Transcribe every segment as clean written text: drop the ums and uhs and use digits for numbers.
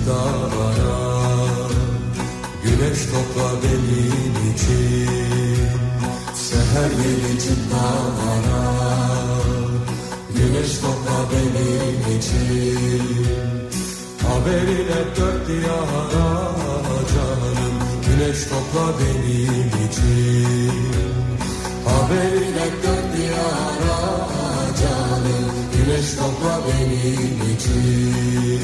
dağlara, güneş topla benim için. Seher gelecek dağlara, güneş topla benim için. Haberiyle dört diyara canım, güneş topla benim için. Haberiyle dört diyara canım, güneş topla benim için.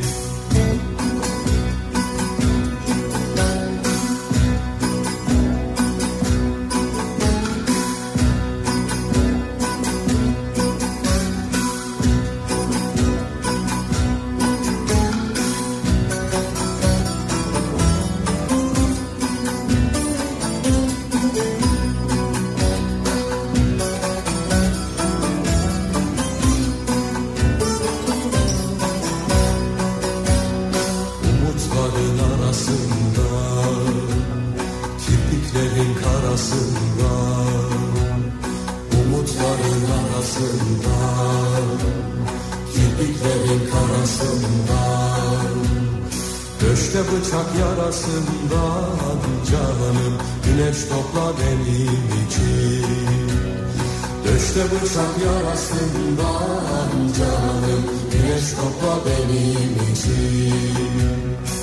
Bıçak yarasından canım, güneş topla benim için. Döşte bıçak yarasından canım, güneş topla benim için.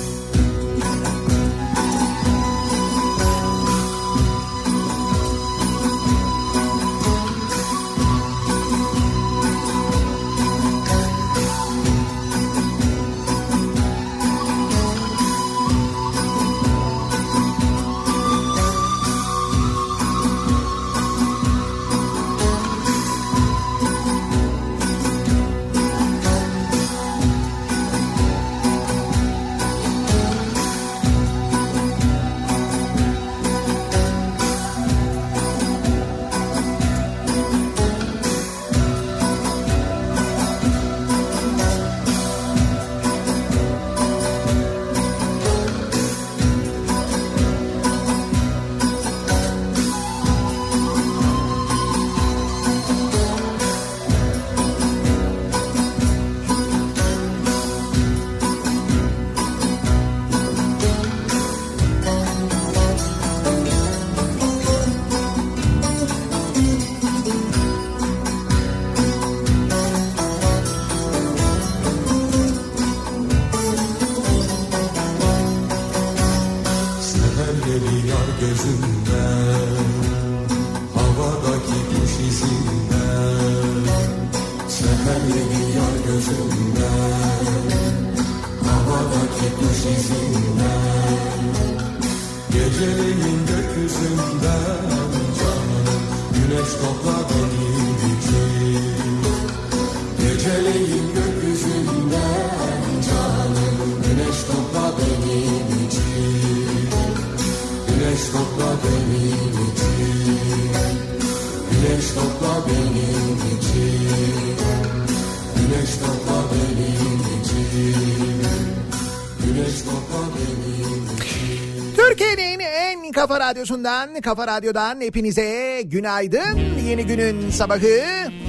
Kafa Radyosu'ndan, Kafa Radyo'dan hepinize günaydın. Yeni günün sabahı,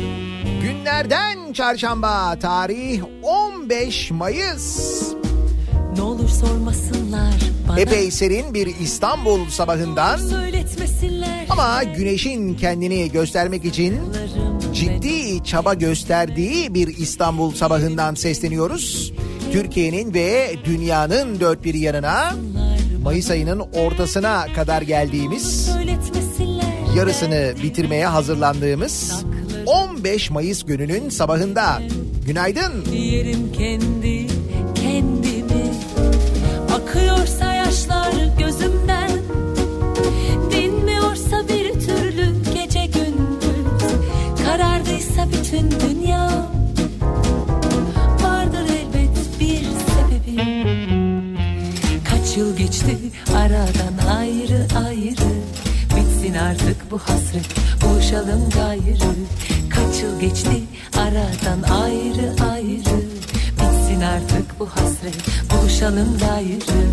günlerden çarşamba, tarih 15 Mayıs. Ne olur sormasınlar bana. Epey serin bir İstanbul sabahından ama güneşin kendini göstermek için ciddi çaba gösterdiği bir İstanbul sabahından sesleniyoruz. Türkiye'nin ve dünyanın dört bir yanına. Mayıs ayının ortasına kadar geldiğimiz, yarısını bitirmeye hazırlandığımız 15 Mayıs gününün sabahında. Günaydın. Yerim kendi kendimi, akıyorsa yaşlar gözümden, dinmiyorsa bir türlü gece gündüz, karardıysa bütün dünya, vardır elbet bir sebebi. Kaç yıl geçti aradan ayrı ayrı, bitsin artık bu hasret, buluşalım gayrı. Kaç yıl geçti aradan ayrı ayrı, bitsin artık bu hasret, buluşalım gayrı.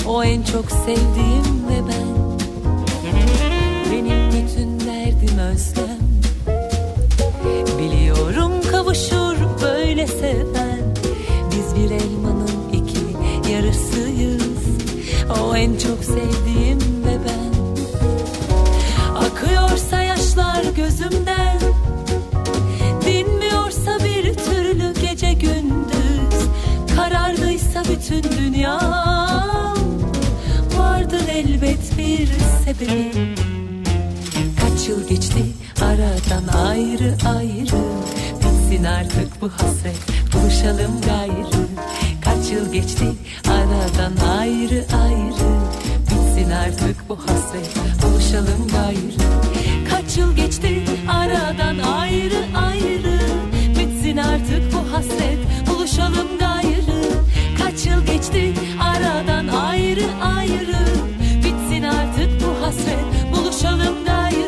o en çok sevdiğim ve ben. Benim bütün derdim özlem. Biliyorum kavuşur böyle seven. Biz bir elmanın iki yarısıyız, o en çok sevdiğim ve ben. Akıyorsa yaşlar gözümden, dinmiyorsa bir türlü gece gündüz, karardıysa bütün dünyam, vardır elbet bir sebebi. Kaç yıl geçti aradan ayrı ayrı, bitsin artık bu hasret, buluşalım gayrı. Kaç yıl geçti aradan ayrı ayrı, bitsin artık bu hasret, buluşalım gayrı. Kaç yıl geçti aradan ayrı ayrı, bitsin artık bu hasret, buluşalım gayrı. Kaç yıl geçti aradan ayrı ayrı, bitsin artık bu hasret, buluşalım gayrı.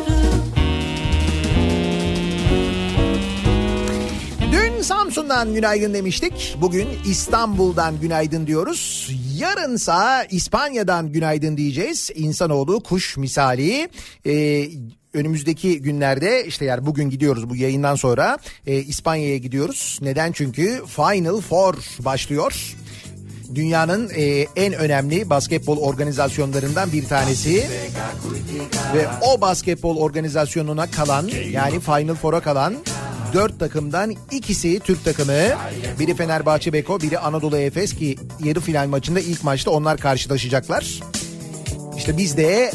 Dün Samsun'dan günaydın demiştik. Bugün İstanbul'dan günaydın diyoruz. Yarınsa İspanya'dan günaydın diyeceğiz. İnsanoğlu kuş misali. Önümüzdeki günlerde işte yani bugün gidiyoruz bu yayından sonra İspanya'ya gidiyoruz. Neden? Çünkü Final Four başlıyor. Dünyanın en önemli basketbol organizasyonlarından bir tanesi ve o basketbol organizasyonuna kalan, yani Final Four'a kalan 4 takımdan ikisi Türk takımı. Biri Fenerbahçe Beko, biri Anadolu Efes, ki yarı final maçında ilk maçta onlar karşılaşacaklar. İşte biz de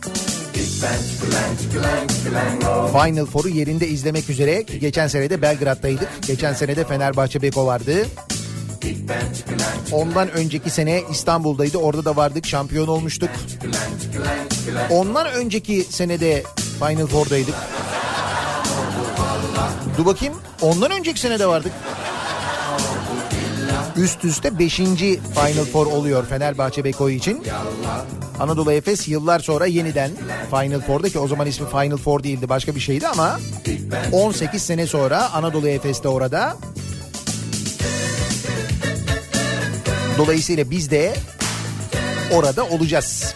Final Four'u yerinde izlemek üzere, geçen sene de Belgrad'daydık. Geçen sene de Fenerbahçe Beko vardı. Ondan önceki sene İstanbul'daydı, orada da vardık, şampiyon olmuştuk. Ondan önceki senede Final Four'daydık. Dur bakayım, ondan önceki sene de vardık. Üst üste 5. Final Four oluyor Fenerbahçe Beko için. Anadolu Efes yıllar sonra yeniden Final Four'da, ki o zaman ismi Final Four değildi, başka bir şeydi, ama 18 sene sonra Anadolu Efes de orada. Dolayısıyla biz de orada olacağız.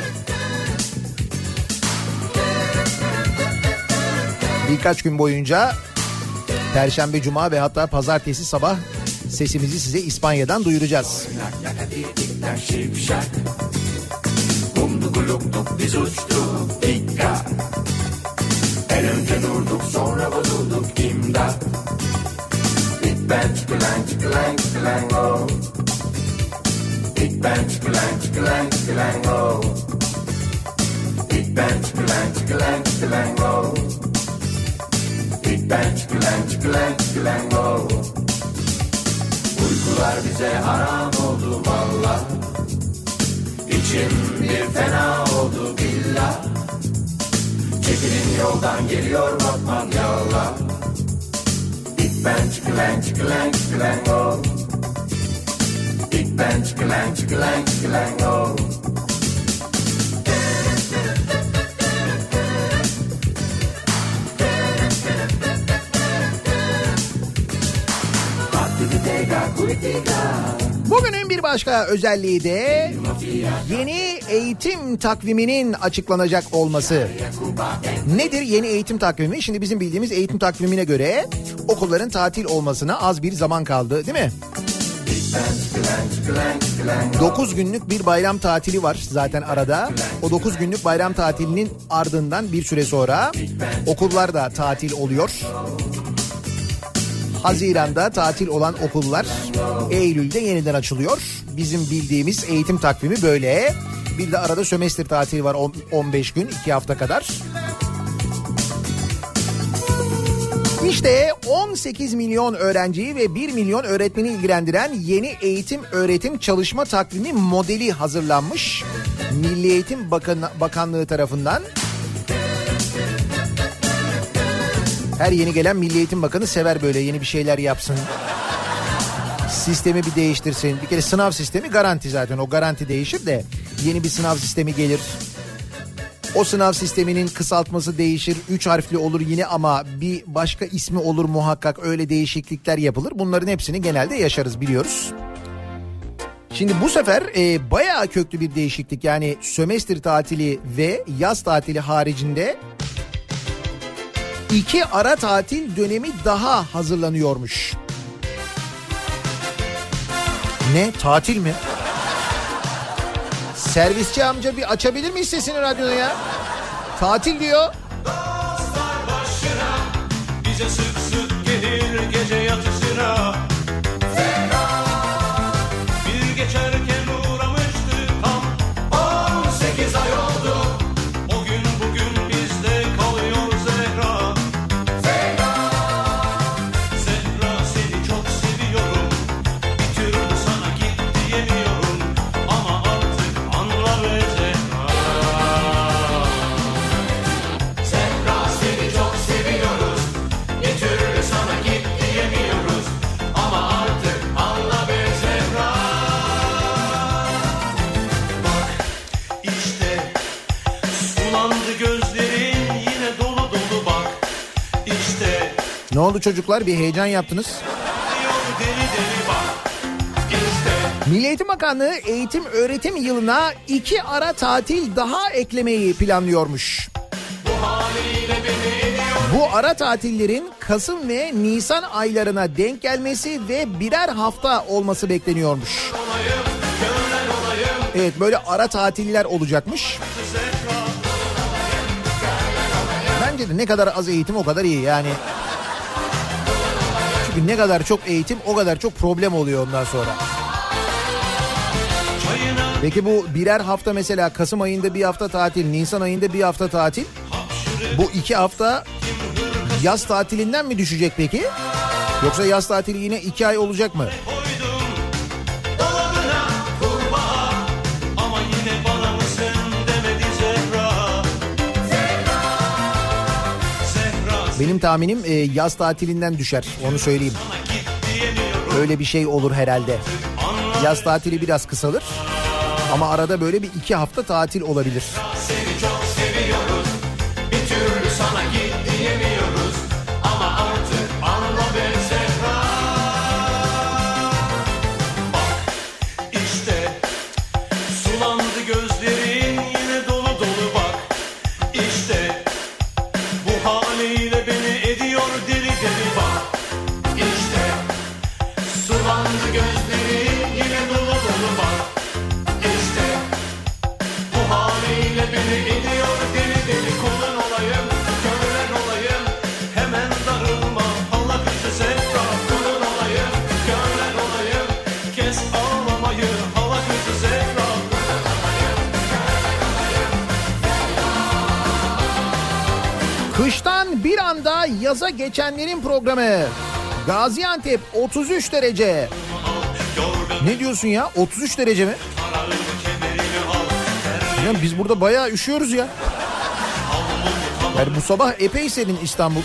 Birkaç gün boyunca Perşembe, Cuma ve hatta Pazartesi sabah sesimizi size İspanya'dan duyuracağız. Biz uçtuk dikkat, en önce durduk sonra bozulduk imdat. Big Bang çıkılan çıkılan çıkılan go. Big Bang çıkılan çıkılan çıkılan go. Big Bang çıkılan çıkılan çıkılan go. Big Bang çıkılan çıkılan çıkılan go. Uykular bize haram oldu valla. İçim bir fena oldu billah. Çekilin yoldan geliyor Batman yallah. Big Bang çıkılan çıkılan çıkılan go. Big Bang çıkılan çıkılan çıkılan go. Bugünün bir başka özelliği de yeni eğitim takviminin açıklanacak olması. Nedir yeni eğitim takvimi? Şimdi bizim bildiğimiz eğitim takvimine göre okulların tatil olmasına az bir zaman kaldı, değil mi? 9 günlük bir bayram tatili var zaten arada. O 9 günlük bayram tatilinin ardından bir süre sonra okullar da tatil oluyor. Haziran'da tatil olan okullar Eylül'de yeniden açılıyor. Bizim bildiğimiz eğitim takvimi böyle. Bir de arada sömestr tatili var 15 gün, 2 hafta kadar. İşte 18 milyon öğrenciyi ve 1 milyon öğretmeni ilgilendiren yeni eğitim öğretim çalışma takvimi modeli hazırlanmış. Milli Eğitim Bakanlığı tarafından. Her yeni gelen Milli Eğitim Bakanı sever böyle yeni bir şeyler yapsın. Sistemi bir değiştirsin. Bir kere sınav sistemi garanti zaten. O garanti değişir de yeni bir sınav sistemi gelir. O sınav sisteminin kısaltması değişir. 3 harfli olur yine ama bir başka ismi olur muhakkak. Öyle değişiklikler yapılır. Bunların hepsini genelde yaşarız, biliyoruz. Şimdi bu sefer bayağı köklü bir değişiklik. Yani sömestr tatili ve yaz tatili haricinde 2 ara tatil dönemi daha hazırlanıyormuş. Ne? Tatil mi? Servisçi amca bir açabilir miyiz sesini radyoda ya? Tatil diyor. Dostlar başına, bize sık sık gelir gece yatışına. Bir geçerken uğramıştı tam 18 ay oldu. O gün bugün bizde kalıyor Zehra. Zehra seni çok seviyorum. Bir türlü sana git diyemiyorum. Ama artık anla be Zehra. Zehra seni çok seviyoruz. Bir türlü sana git diyemiyoruz. Ama artık anla be Zehra. Bak işte sulandı gözlerin yine dolu dolu bak. İşte Ne oldu çocuklar, bir heyecan yaptınız? diyor deli deli bak. İşte Milli Eğitim Bakanlığı eğitim öğretim yılına 2 ara tatil daha eklemeyi planlıyormuş. bu haliyle beni ediyor. Bu ara tatillerin Kasım ve Nisan aylarına denk gelmesi ve birer hafta olması bekleniyormuş. Olayım, kölen olayım. Evet, böyle ara tatiller olacakmış. Zehra Bence de ne kadar az eğitim o kadar iyi yani. Çünkü ne kadar çok eğitim o kadar çok problem oluyor ondan sonra. çayına Peki bu birer hafta, mesela Kasım ayında bir hafta tatil, Nisan ayında bir hafta tatil. Bu 2 hafta yaz tatilinden mi düşecek peki? Yoksa yaz tatili yine 2 ay olacak mı? koydum dolabına kurbağa. Ama yine bana mısın demedi Zehra. Zehra Benim tahminim yaz tatilinden düşer, onu söyleyeyim. sana git diyemiyorum. Öyle bir şey olur herhalde. Yaz tatili biraz kısalır ama arada böyle bir 2 hafta tatil olabilir. Seni çok seviyoruz. Bir türlü sana git diyemiyoruz. Ama artık anla be Zehra. Bak işte sulandı gözlerin yine dolu dolu bak. İşte bu haliyle beni ediyor deli deli bak. İşte sulandı gözlerin yine dolu dolu bak. İşte bu haliyle beni ediyor deli deli. Kulun olayım, kölen olayım. Hemen darılma, Allah kızı Zehra. Kulun olayım, kölen olayım. Kes ağlamayı, Allah kızı Zehra. Kıştan bir anda yaza geçenlerin programı. Gaziantep 33 derece. Yorgan Ne diyorsun ya? 33 derece mi? ararım kemerini al. Ya biz burada bayağı üşüyoruz ya. Yani bu sabah epey serin İstanbul.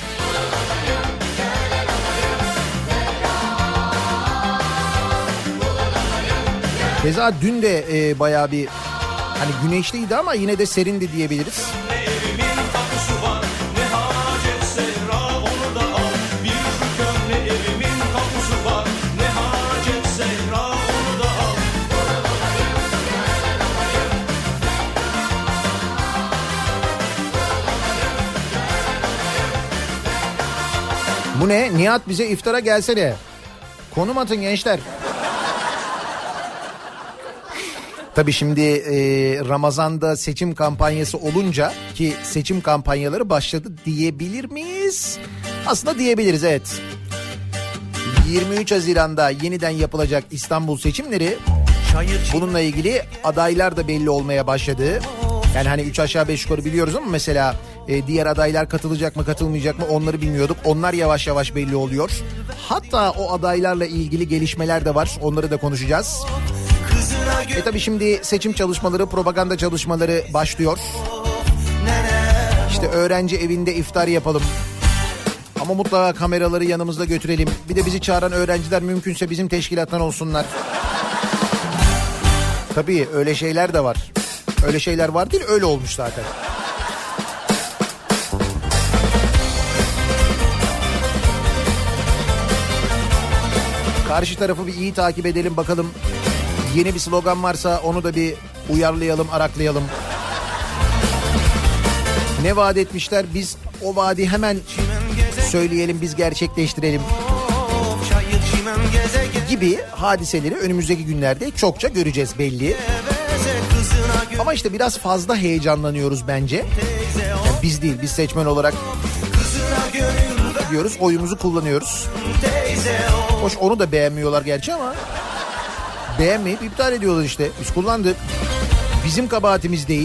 Keza dün de bayağı bir hani güneşliydi ama yine de serindi diyebiliriz. Ne evimin tapusu var, ne hacet Zehra onu da al. Bir şu köhne evimin tapusu var, ne hacet Zehra onu da al. Bu ne? Nihat bize iftara gelsene. Konum atın gençler. Tabii şimdi Ramazan'da seçim kampanyası olunca, ki seçim kampanyaları başladı diyebilir miyiz? Aslında diyebiliriz, evet. 23 Haziran'da yeniden yapılacak İstanbul seçimleri, bununla ilgili adaylar da belli olmaya başladı. Yani hani 3 aşağı 5 yukarı biliyoruz ama mesela diğer adaylar katılacak mı katılmayacak mı onları bilmiyorduk. Onlar yavaş yavaş belli oluyor. Hatta o adaylarla ilgili gelişmeler de var, onları da konuşacağız. Tabii şimdi seçim çalışmaları, propaganda çalışmaları başlıyor. İşte öğrenci evinde iftar yapalım. Ama mutlaka kameraları yanımızda götürelim. Bir de bizi çağıran öğrenciler mümkünse bizim teşkilattan olsunlar. Tabii öyle şeyler de var. Öyle şeyler var değil, öyle olmuş zaten. Karşı tarafı bir iyi takip edelim bakalım. Yeni bir slogan varsa onu da bir uyarlayalım, araklayalım. Ne vaat etmişler, biz o vaadi hemen söyleyelim, biz gerçekleştirelim gibi hadiseleri önümüzdeki günlerde çokça göreceğiz belli. Ama işte biraz fazla heyecanlanıyoruz bence. Yani biz değil, biz seçmen olarak diyoruz, oyumuzu kullanıyoruz. Hoş, onu da beğenmiyorlar gerçi ama beğenmeyip iptal ediyorlar işte. Biz kullandık. Bizim kabahatimiz değil.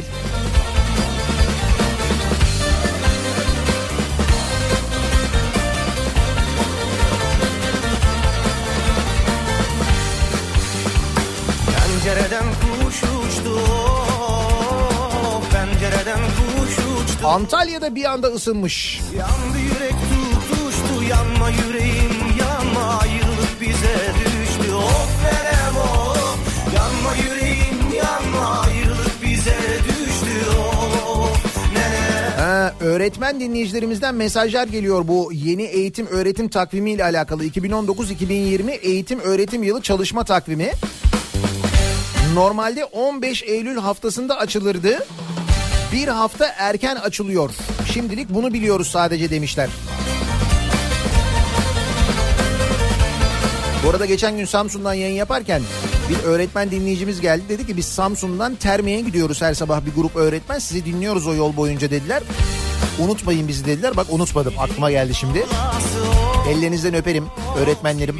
Pencereden kuş uçtu, pencereden kuş uçtu. Antalya'da bir anda ısınmış. Yandı yürek tutuştu, yanma yüreğim yanma, ayrılık bize düştü. Of verem of, yanma yüreğim yanma, ayrılık bize düştü. Of nene. Öğretmen dinleyicilerimizden mesajlar geliyor bu yeni eğitim öğretim takvimi ile alakalı. 2019-2020 eğitim öğretim yılı çalışma takvimi. Normalde 15 Eylül haftasında açılırdı. Bir hafta erken açılıyor. Şimdilik bunu biliyoruz sadece demişler. Bu arada geçen gün Samsun'dan yayın yaparken bir öğretmen dinleyicimiz geldi. Dedi ki biz Samsun'dan Terme'ye gidiyoruz her sabah, bir grup öğretmen. Sizi dinliyoruz o yol boyunca dediler. Unutmayın bizi dediler. Bak unutmadım, aklıma geldi şimdi. Ellerinizden öperim öğretmenlerim.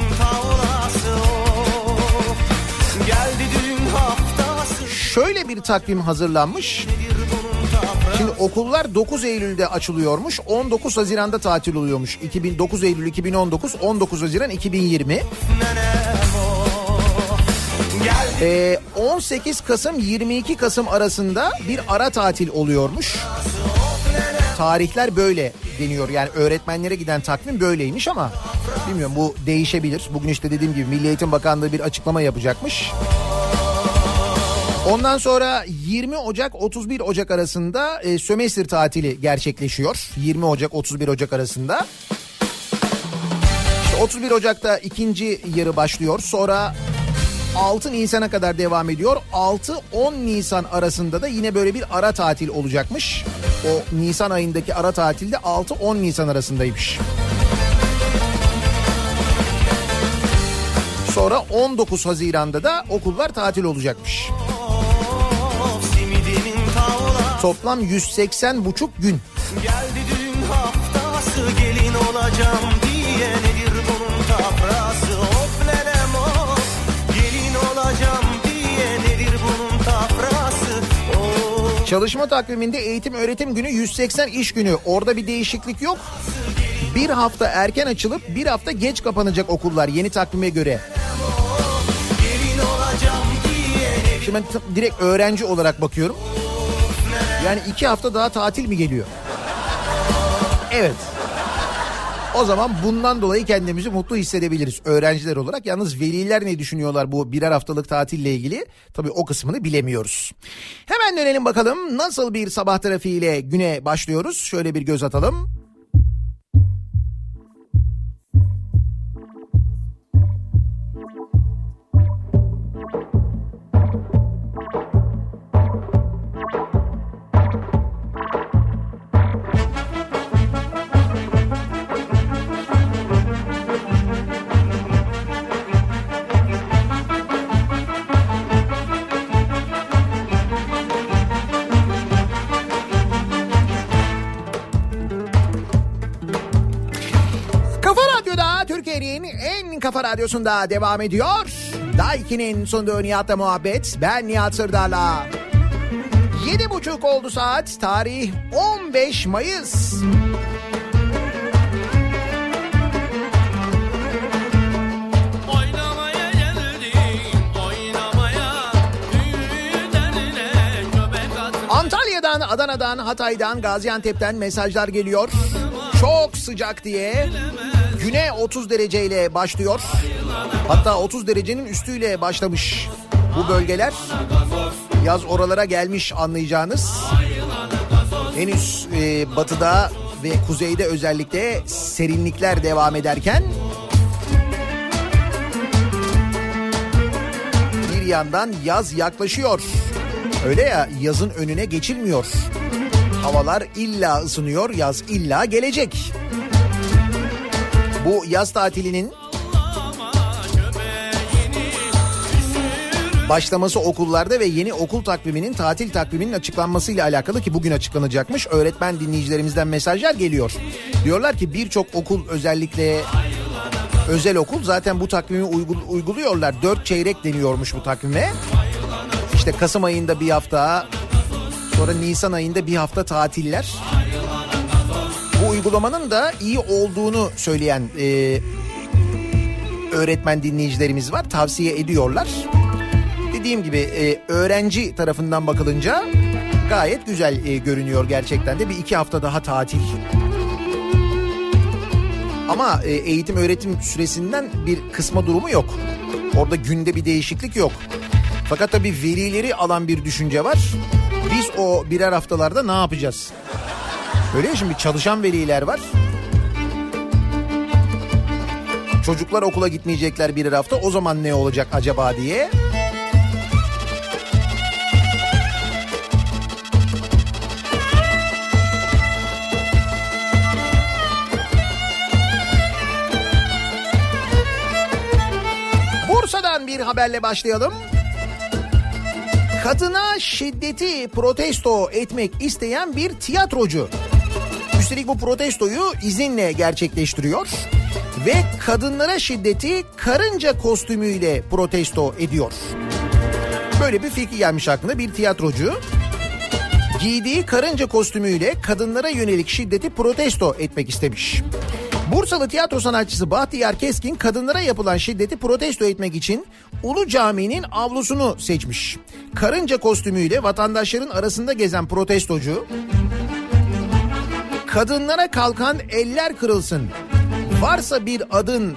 Şöyle bir takvim hazırlanmış. Şimdi okullar 9 Eylül'de açılıyormuş. 19 Haziran'da tatil oluyormuş. 9 Eylül 2019, 19 Haziran 2020. 18 Kasım 22 Kasım arasında bir ara tatil oluyormuş. Tarihler böyle deniyor. Yani öğretmenlere giden takvim böyleymiş ama bilmiyorum, bu değişebilir. Bugün işte dediğim gibi Milli Eğitim Bakanlığı bir açıklama yapacakmış. Ondan sonra 20 Ocak 31 Ocak arasında sömestr tatili gerçekleşiyor. 20 Ocak 31 Ocak arasında. İşte 31 Ocak'ta ikinci yarı başlıyor. Sonra 6 Nisan'a kadar devam ediyor. 6-10 Nisan arasında da yine böyle bir ara tatil olacakmış. O Nisan ayındaki ara tatilde 6-10 Nisan arasındaymış. Sonra 19 Haziran'da da okullar tatil olacakmış. Toplam 180,5 gün. Geldi düğün haftası, gelin olacağım diye nedir bunun tafrası? Of nenem of, gelin olacağım diye nedir bunun tafrası? Of. Çalışma takviminde eğitim öğretim günü 180 iş günü. Orada bir değişiklik yok. Bir hafta erken açılıp bir hafta geç kapanacak okullar yeni takvime göre. Şimdi ben direkt öğrenci olarak bakıyorum. Yani 2 hafta daha tatil mi geliyor? Evet. O zaman bundan dolayı kendimizi mutlu hissedebiliriz öğrenciler olarak. Yalnız veliler ne düşünüyorlar bu birer haftalık tatille ilgili? Tabii o kısmını bilemiyoruz. Hemen dönelim bakalım nasıl bir sabah trafiğiyle güne başlıyoruz. Şöyle bir göz atalım. Kafa Radyosu'nda devam ediyor. Daiki'nin sunduğu Nihat'la muhabbet. Ben Nihat Sırdar'la. 7.30 oldu saat. Tarih 15 Mayıs. Oynamaya geldim, oynamaya. Antalya'dan, Adana'dan, Hatay'dan, Gaziantep'ten mesajlar geliyor. Çok sıcak diye. Güne 30 dereceyle başlıyor. Hatta 30 derecenin üstüyle başlamış bu bölgeler. Yaz oralara gelmiş anlayacağınız. Henüz batıda ve kuzeyde özellikle serinlikler devam ederken bir yandan yaz yaklaşıyor. Öyle ya, yazın önüne geçilmiyor. Havalar illa ısınıyor, yaz illa gelecek. Bu yaz tatilinin başlaması okullarda ve yeni okul takviminin, tatil takviminin açıklanmasıyla alakalı ki bugün açıklanacakmış. Öğretmen dinleyicilerimizden mesajlar geliyor. Diyorlar ki birçok okul, özellikle özel okul zaten bu takvimi uyguluyorlar. 4 çeyrek deniyormuş bu takvime. İşte Kasım ayında bir hafta, sonra Nisan ayında bir hafta tatiller. Bu uygulamanın da iyi olduğunu söyleyen öğretmen dinleyicilerimiz var. Tavsiye ediyorlar. Dediğim gibi öğrenci tarafından bakılınca gayet güzel görünüyor gerçekten de. Bir 2 hafta daha tatil. Ama eğitim öğretim süresinden bir kısma durumu yok. Orada günde bir değişiklik yok. Fakat tabii velileri alan bir düşünce var. Biz o birer haftalarda ne yapacağız? Öyle ya, şimdi çalışan veliler var. Çocuklar okula gitmeyecekler birer hafta. O zaman ne olacak acaba diye. Bursa'dan bir haberle başlayalım. Kadına şiddeti protesto etmek isteyen bir tiyatrocu. Üstelik bu protestoyu izinle gerçekleştiriyor. Ve kadınlara şiddeti karınca kostümüyle protesto ediyor. Böyle bir fikir gelmiş aklına, bir tiyatrocu giydiği karınca kostümüyle kadınlara yönelik şiddeti protesto etmek istemiş. Bursalı tiyatro sanatçısı Bahtiyar Keskin kadınlara yapılan şiddeti protesto etmek için Ulu Cami'nin avlusunu seçmiş. Karınca kostümüyle vatandaşların arasında gezen protestocu, kadınlara kalkan eller kırılsın, varsa bir adın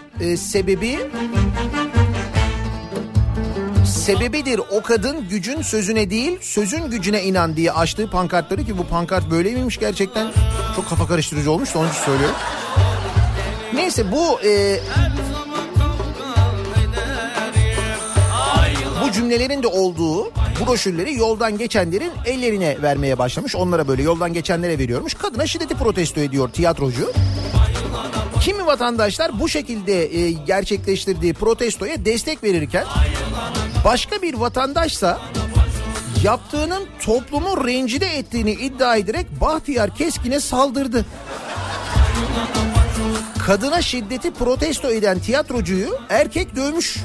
sebebidir o kadın gücün sözüne değil sözün gücüne inan diye açtığı pankartları, ki bu pankart böyle miymiş gerçekten çok kafa karıştırıcı olmuş da onun için söylüyorum. Neyse bu cümlelerin de olduğu broşürleri yoldan geçenlerin ellerine vermeye başlamış. Onlara böyle yoldan geçenlere veriyormuş. Kadına şiddeti protesto ediyor tiyatrocu. Kimi vatandaşlar bu şekilde gerçekleştirdiği protestoya destek verirken başka bir vatandaşsa yaptığının toplumu rencide ettiğini iddia ederek Bahtiyar Keskin'e saldırdı. Kadına şiddeti protesto eden tiyatrocuyu erkek dövmüş.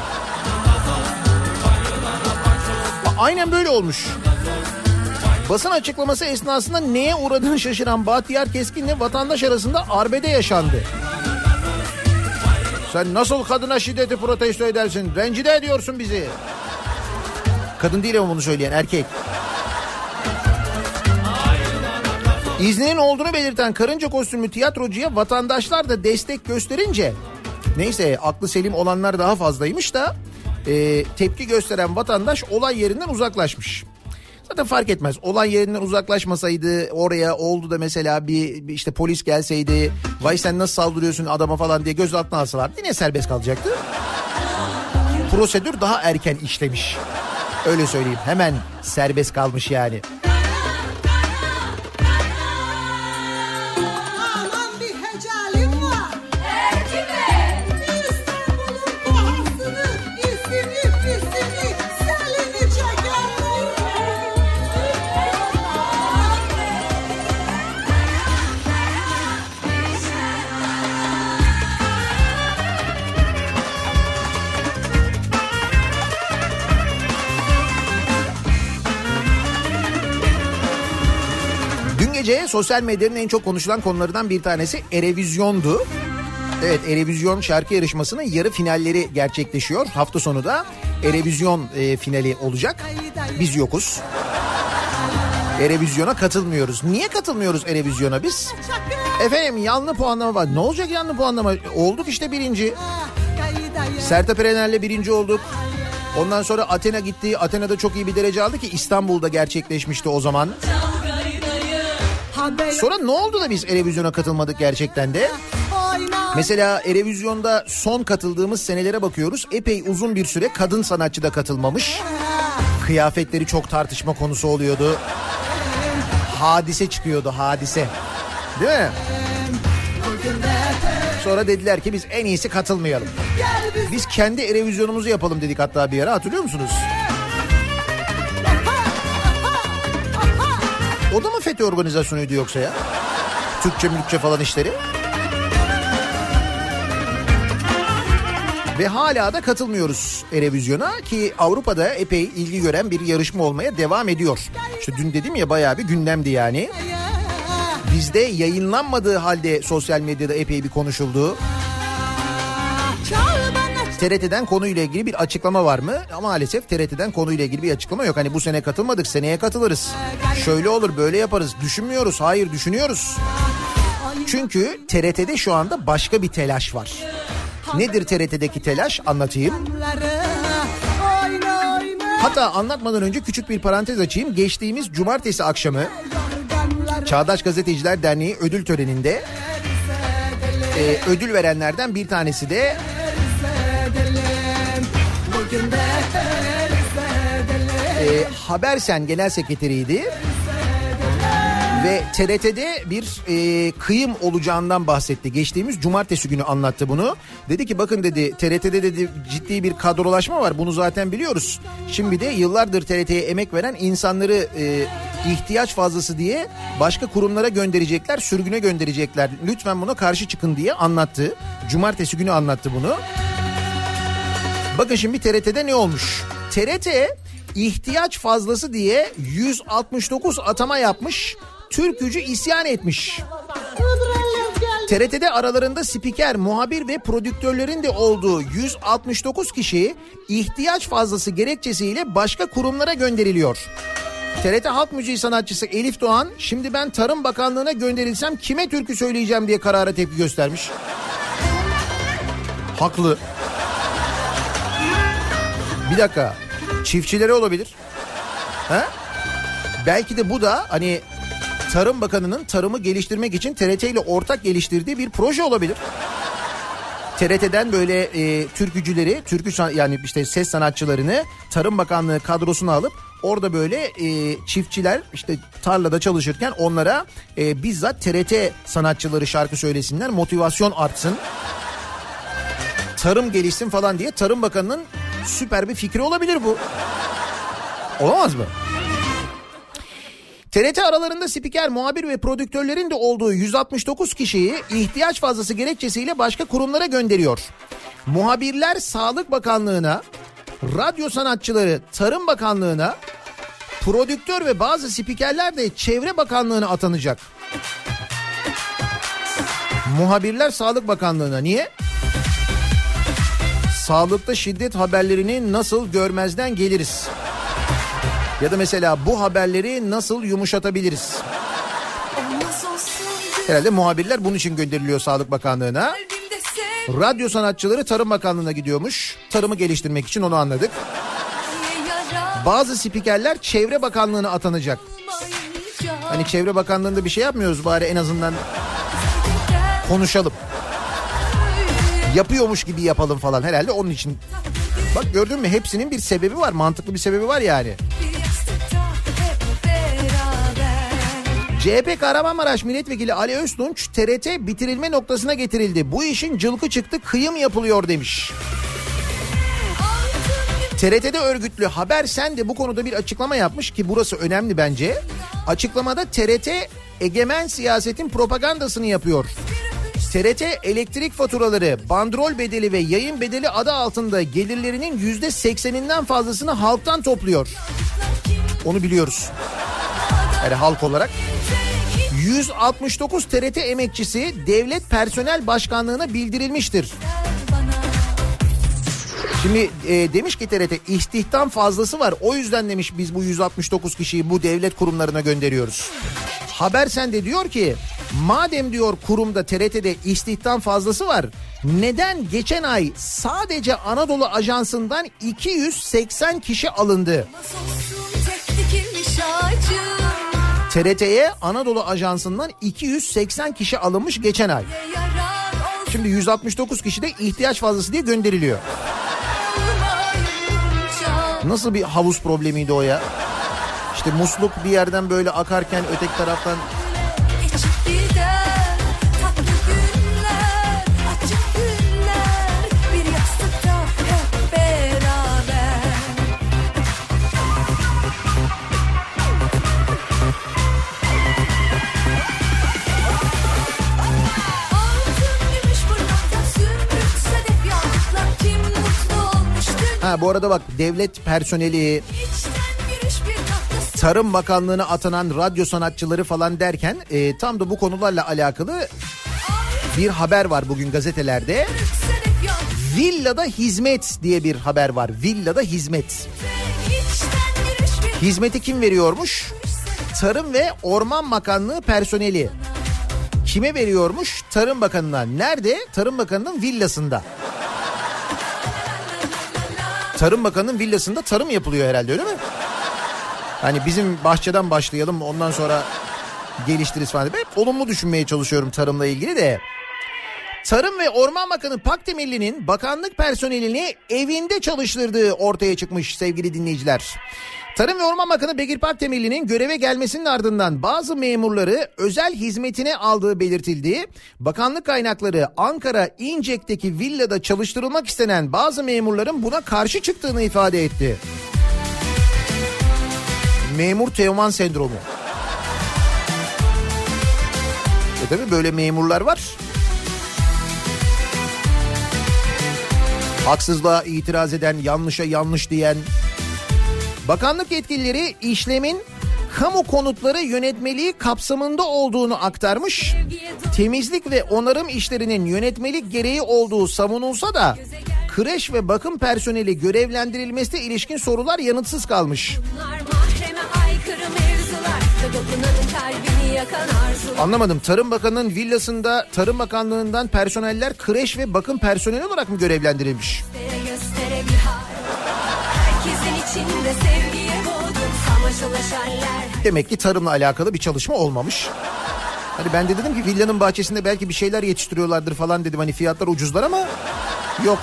Aynen böyle olmuş. Basın açıklaması esnasında neye uğradığını şaşıran Bahtiyar Keskin'le vatandaş arasında arbede yaşandı. Sen nasıl kadına şiddeti protesto edersin? Rencide ediyorsun bizi. Kadın değil ama bunu söyleyen erkek. İzninin olduğunu belirten karınca kostümlü tiyatrocuya vatandaşlar da destek gösterince, neyse aklı selim olanlar daha fazlaymış da tepki gösteren vatandaş olay yerinden uzaklaşmış. Zaten fark etmez. Olay yerinden uzaklaşmasaydı, oraya oldu da mesela bir işte polis gelseydi, vay sen nasıl saldırıyorsun adama falan diye gözaltına alsalardı yine serbest kalacaktı. Prosedür daha erken işlemiş. Öyle söyleyeyim. Hemen serbest kalmış yani. Gece sosyal medyanın en çok konuşulan konularından bir tanesi Erevizyon'du. Evet, Erevizyon şarkı yarışmasının yarı finalleri gerçekleşiyor. Hafta sonu da Erevizyon finali olacak. Biz yokuz. Erevizyon'a katılmıyoruz. Niye katılmıyoruz Erevizyon'a biz? Efendim yanlı puanlama var. Ne olacak yanlı puanlama? Olduk işte birinci. Sertab Erener'le birinci olduk. Ondan sonra Athena gitti. Athena'da çok iyi bir derece aldı ki İstanbul'da gerçekleşmişti o zaman. Sonra ne oldu da biz Erevizyon'a katılmadık gerçekten de? Mesela Eurovision'da son katıldığımız senelere bakıyoruz. Epey uzun bir süre kadın sanatçı da katılmamış. Kıyafetleri çok tartışma konusu oluyordu. Hadise çıkıyordu, Hadise. Değil mi? Sonra dediler ki biz en iyisi katılmayalım. Biz kendi Eurovision'umuzu yapalım dedik hatta bir ara, hatırlıyor musunuz? O da mı FETÖ organizasyonuydu yoksa ya? Türkçe mülkçe falan işleri. Ve hala da katılmıyoruz Eurovision'a ki Avrupa'da epey ilgi gören bir yarışma olmaya devam ediyor. İşte dün dedim ya, bayağı bir gündemdi yani. Bizde yayınlanmadığı halde sosyal medyada epey bir konuşuldu. TRT'den konuyla ilgili bir açıklama var mı? Ama maalesef TRT'den konuyla ilgili bir açıklama yok. Hani bu sene katılmadık, seneye katılırız. Şöyle olur, böyle yaparız. Düşünmüyoruz. Hayır, düşünüyoruz. Çünkü TRT'de şu anda başka bir telaş var. Nedir TRT'deki telaş? Anlatayım. Hatta anlatmadan önce küçük bir parantez açayım. Geçtiğimiz cumartesi akşamı Çağdaş Gazeteciler Derneği ödül töreninde ödül verenlerden bir tanesi de Habersen Genel Sekreteriydi. Ve TRT'de bir kıyım olacağından bahsetti. Geçtiğimiz cumartesi günü anlattı bunu. Dedi ki bakın dedi, TRT'de dedi ciddi bir kadrolaşma var, bunu zaten biliyoruz. Şimdi de yıllardır TRT'ye emek veren insanları ihtiyaç fazlası diye başka kurumlara gönderecekler, sürgüne gönderecekler. Lütfen buna karşı çıkın diye anlattı. Cumartesi günü anlattı bunu. Bakın şimdi TRT'de ne olmuş? TRT ihtiyaç fazlası diye 169 atama yapmış. Türkücü isyan etmiş. TRT'de aralarında spiker, muhabir ve prodüktörlerin de olduğu 169 kişi ihtiyaç fazlası gerekçesiyle başka kurumlara gönderiliyor. TRT Halk Müziği sanatçısı Elif Doğan, şimdi ben Tarım Bakanlığı'na gönderilsem kime türkü söyleyeceğim diye karara tepki göstermiş. Haklı. Bir dakika, çiftçilere olabilir. Ha? Belki de bu da hani Tarım Bakanı'nın tarımı geliştirmek için TRT ile ortak geliştirdiği bir proje olabilir. TRT'den böyle türkücüleri, yani işte ses sanatçılarını Tarım Bakanlığı kadrosuna alıp orada böyle çiftçiler işte tarlada çalışırken onlara bizzat TRT sanatçıları şarkı söylesinler, motivasyon artsın, tarım gelişsin falan diye. Tarım Bakanı'nın süper bir fikri olabilir bu. Olamaz mı? TRT aralarında spiker, muhabir ve prodüktörlerin de olduğu 169 kişiyi ihtiyaç fazlası gerekçesiyle başka kurumlara gönderiyor. Muhabirler Sağlık Bakanlığı'na, radyo sanatçıları Tarım Bakanlığı'na, prodüktör ve bazı spikerler de Çevre Bakanlığı'na atanacak. Muhabirler Sağlık Bakanlığı'na niye? Sağlıkta şiddet haberlerini nasıl görmezden geliriz? Ya da mesela bu haberleri nasıl yumuşatabiliriz? Herhalde muhabirler bunun için gönderiliyor Sağlık Bakanlığı'na. Radyo sanatçıları Tarım Bakanlığı'na gidiyormuş. Tarımı geliştirmek için, onu anladık. Bazı spikerler Çevre Bakanlığı'na atanacak. Hani Çevre Bakanlığı'nda bir şey yapmıyoruz, bari en azından konuşalım. Yapıyormuş gibi yapalım falan, herhalde onun için. Bak gördün mü, hepsinin bir sebebi var, mantıklı bir sebebi var yani. CHP Kahramanmaraş Milletvekili Ali Öztunç, TRT bitirilme noktasına getirildi. Bu işin cılkı çıktı, kıyım yapılıyor demiş. TRT'de örgütlü Habersen de bu konuda bir açıklama yapmış ki burası önemli bence. Açıklamada TRT egemen siyasetin propagandasını yapıyor. TRT elektrik faturaları, bandrol bedeli ve yayın bedeli adı altında gelirlerinin %80'inden fazlasını halktan topluyor. Onu biliyoruz. Yani halk olarak. 169 TRT emekçisi Devlet Personel Başkanlığı'na bildirilmiştir. Şimdi demiş ki TRT istihdam fazlası var. O yüzden demiş biz bu 169 kişiyi bu devlet kurumlarına gönderiyoruz. Habersen de diyor ki madem diyor kurumda TRT'de istihdam fazlası var, neden geçen ay sadece Anadolu Ajansı'ndan 280 kişi alındı? TRT'ye Anadolu Ajansı'ndan 280 kişi alınmış geçen ay. Şimdi 169 kişi de ihtiyaç fazlası diye gönderiliyor. Nasıl bir havuz problemiydi o ya? İşte musluk bir yerden böyle akarken öteki taraftan... Ha, bu arada bak, devlet personeli, Tarım Bakanlığı'na atanan radyo sanatçıları falan derken tam da bu konularla alakalı bir haber var bugün gazetelerde. Villada hizmet diye bir haber var. Villada hizmet. Hizmeti kim veriyormuş? Tarım ve Orman Bakanlığı personeli. Kime veriyormuş? Tarım Bakanı'na. Nerede? Tarım Bakanı'nın villasında. Tarım Bakanı'nın villasında tarım yapılıyor herhalde, öyle mi? Hani bizim bahçeden başlayalım, ondan sonra geliştiririz falan. Hep olumlu düşünmeye çalışıyorum tarımla ilgili de. Tarım ve Orman Bakanı Pakdemirli'nin bakanlık personelini evinde çalıştırdığı ortaya çıkmış sevgili dinleyiciler. Tarım ve Orman Bakanı Bekir Pakdemirli'nin göreve gelmesinin ardından bazı memurları özel hizmetine aldığı belirtildi. Bakanlık kaynakları Ankara İncek'teki villada çalıştırılmak istenen bazı memurların buna karşı çıktığını ifade etti. Memur Teoman sendromu. Tabii böyle memurlar var. Haksızlığa itiraz eden, yanlışa yanlış diyen. Bakanlık yetkilileri işlemin kamu konutları yönetmeliği kapsamında olduğunu aktarmış. Temizlik ve onarım işlerinin yönetmelik gereği olduğu savunulsa da kreş ve bakım personeli görevlendirilmesine ilişkin sorular yanıtsız kalmış. Anlamadım. Tarım Bakanı'nın villasında Tarım Bakanlığı'ndan personeller kreş ve bakım personeli olarak mı görevlendirilmiş? Demek ki tarımla alakalı bir çalışma olmamış. Hani ben de dedim ki villanın bahçesinde belki bir şeyler yetiştiriyorlardır falan dedim. Hani fiyatlar ucuzlar ama yok.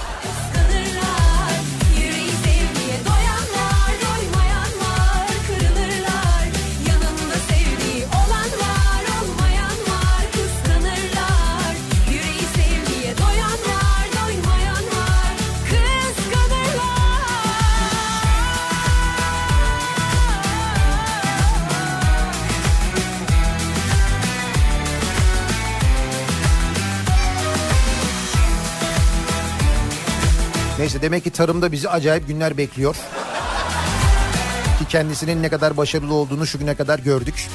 Neyse, demek ki tarımda bizi acayip günler bekliyor. Ki kendisinin ne kadar başarılı olduğunu şu güne kadar gördük.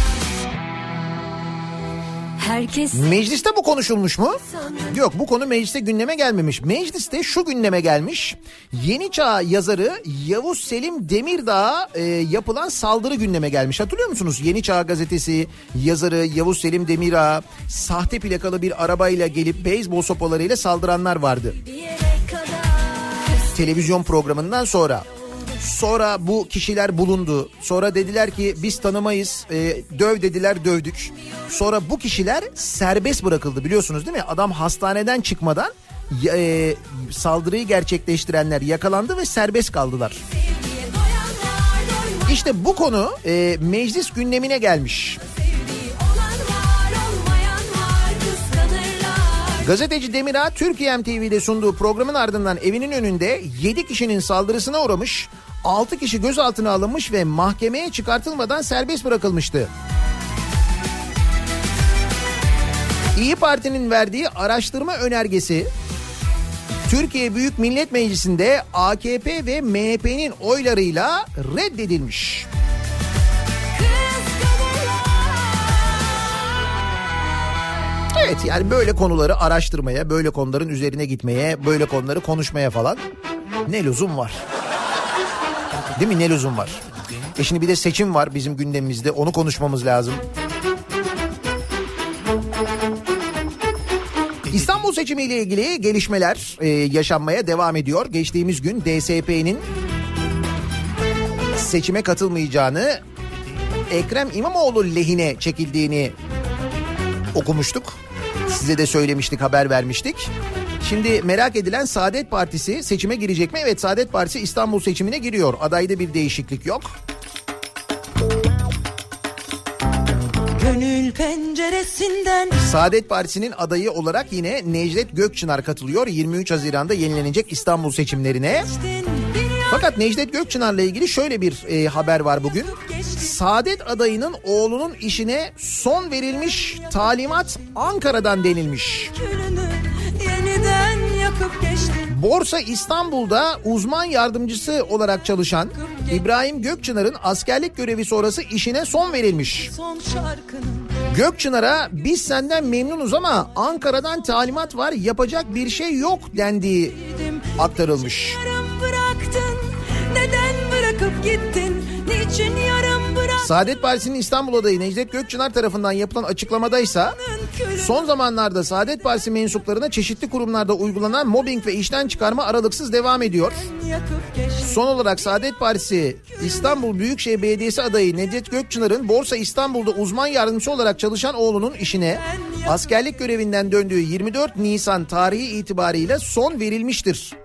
Mecliste bu konuşulmuş mu? Yok, bu konu mecliste gündeme gelmemiş. Mecliste şu gündeme gelmiş. Yeni Çağ yazarı Yavuz Selim Demirdağ'a yapılan saldırı gündeme gelmiş. Hatırlıyor musunuz? Yeni Çağ gazetesi yazarı Yavuz Selim Demirdağ'a sahte plakalı bir arabayla gelip beyzbol sopalarıyla saldıranlar vardı. Televizyon programından sonra. Sonra bu kişiler bulundu. Sonra dediler ki biz tanımayız. Döv dediler, dövdük. Sonra bu kişiler serbest bırakıldı, biliyorsunuz değil mi? Adam hastaneden çıkmadan saldırıyı gerçekleştirenler yakalandı ve serbest kaldılar. İşte bu konu meclis gündemine gelmiş. Gazeteci Demirağ Türkiye MTV'de sunduğu programın ardından evinin önünde 7 kişinin saldırısına uğramış, 6 kişi gözaltına alınmış ve mahkemeye çıkartılmadan serbest bırakılmıştı. İYİ Parti'nin verdiği araştırma önergesi Türkiye Büyük Millet Meclisi'nde AKP ve MHP'nin oylarıyla reddedilmiş. Evet, yani böyle konuları araştırmaya, böyle konuların üzerine gitmeye, böyle konuları konuşmaya falan ne lüzum var? Değil mi? Ne lüzum var? Şimdi bir de seçim var bizim gündemimizde, onu konuşmamız lazım. İstanbul seçimiyle ilgili gelişmeler yaşanmaya devam ediyor. Geçtiğimiz gün DSP'nin seçime katılmayacağını, Ekrem İmamoğlu lehine çekildiğini okumuştuk. Size de söylemiştik, haber vermiştik. Şimdi merak edilen Saadet Partisi seçime girecek mi? Evet, Saadet Partisi İstanbul seçimine giriyor. Adayda bir değişiklik yok. Gönül penceresinden. Saadet Partisi'nin adayı olarak yine Necdet Gökçınar katılıyor. 23 Haziran'da yenilenecek İstanbul seçimlerine. Fakat Necdet Gökçınar'la ilgili şöyle bir haber var bugün. Saadet adayının oğlunun işine son verilmiş, talimat Ankara'dan denilmiş. Borsa İstanbul'da uzman yardımcısı olarak çalışan İbrahim Gökçınar'ın askerlik görevi sonrası işine son verilmiş. Gökçınar'a biz senden memnunuz ama Ankara'dan talimat var, yapacak bir şey yok dendiği aktarılmış. Neden bırakıp gittin? Niçin yarım bırak? Saadet Partisi'nin İstanbul adayı Necdet Gökçınar tarafından yapılan açıklamadaysa son zamanlarda Saadet Partisi mensuplarına çeşitli kurumlarda uygulanan mobbing ve işten çıkarma aralıksız devam ediyor. Son olarak Saadet Partisi İstanbul Büyükşehir Belediyesi adayı Necdet Gökçınar'ın Borsa İstanbul'da uzman yardımcısı olarak çalışan oğlunun işine askerlik görevinden döndüğü 24 Nisan tarihi itibariyle son verilmiştir.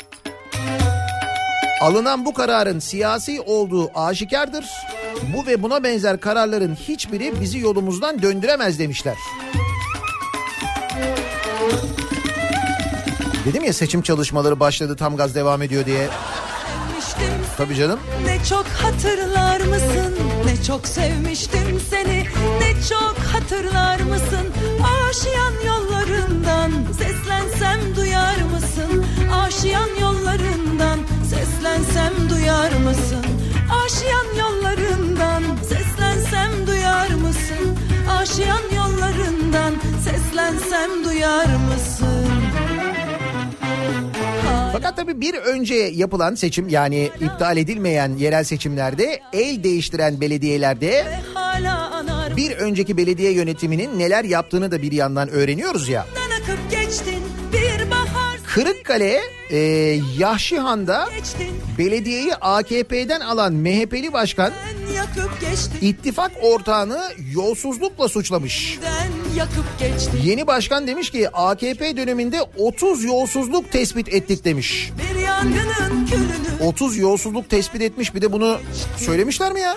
Alınan bu kararın siyasi olduğu aşikardır. Bu ve buna benzer kararların hiçbiri bizi yolumuzdan döndüremez demişler. Dedim ya, seçim çalışmaları başladı, tam gaz devam ediyor diye. Tabii canım. Ne çok hatırlar mısın? Ne çok sevmiştim seni. Ne çok hatırlar mısın? Aşiyan yollarından seslensem duyar mısın? Aşiyan yollarından seslensem duyar mısın? Aşiyan yollarından seslensem duyar mısın? Aşiyan yollarından seslensem duyar mısın? Fakat tabii bir önce yapılan seçim, yani iptal edilmeyen yerel seçimlerde, el değiştiren belediyelerde bir önceki belediye yönetiminin neler yaptığını da bir yandan öğreniyoruz ya. Kırıkkale, Yahşihan'da belediyeyi AKP'den alan MHP'li başkan ittifak ortağını yolsuzlukla suçlamış. Yeni başkan demiş ki AKP döneminde 30 yolsuzluk tespit ettik demiş. 30 yolsuzluk tespit etmiş, bir de bunu söylemişler mi ya?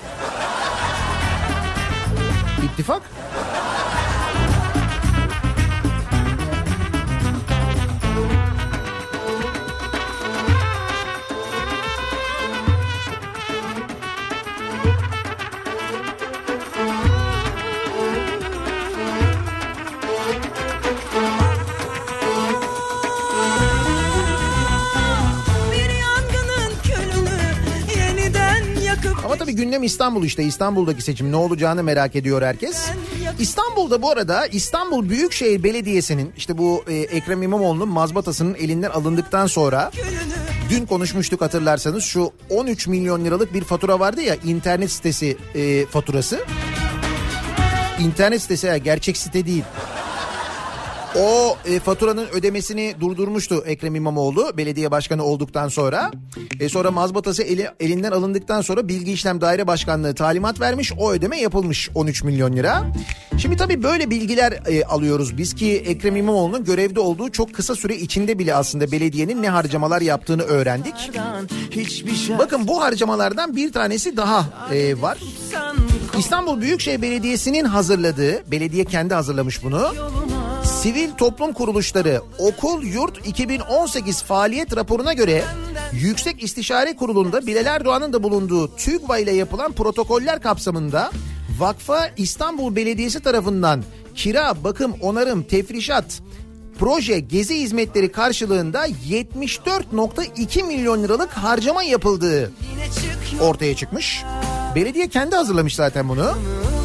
İttifak. Ama tabii gündem İstanbul işte. İstanbul'daki seçim ne olacağını merak ediyor herkes. İstanbul'da bu arada İstanbul Büyükşehir Belediyesi'nin işte bu Ekrem İmamoğlu'nun mazbatasının elinden alındıktan sonra dün konuşmuştuk hatırlarsanız, şu 13 milyon liralık bir fatura vardı ya, internet sitesi faturası. İnternet sitesi ya, gerçek site değil. O faturanın ödemesini durdurmuştu Ekrem İmamoğlu belediye başkanı olduktan sonra. Sonra mazbatası elinden alındıktan sonra Bilgi İşlem Daire Başkanlığı talimat vermiş. O ödeme yapılmış, 13 milyon lira. Şimdi tabii böyle bilgiler alıyoruz biz ki Ekrem İmamoğlu'nun görevde olduğu çok kısa süre içinde bile aslında belediyenin ne harcamalar yaptığını öğrendik. Bakın bu harcamalardan bir tanesi daha var. İstanbul Büyükşehir Belediyesi'nin hazırladığı, belediye kendi hazırlamış bunu. Sivil Toplum Kuruluşları Okul Yurt 2018 faaliyet raporuna göre Yüksek İstişare Kurulu'nda Bilal Erdoğan'ın da bulunduğu TÜGVA ile yapılan protokoller kapsamında Vakfa İstanbul Belediyesi tarafından kira, bakım, onarım, tefrişat, proje, gezi hizmetleri karşılığında 74.2 milyon liralık harcama yapıldığı ortaya çıkmış. Belediye kendi hazırlamış zaten bunu.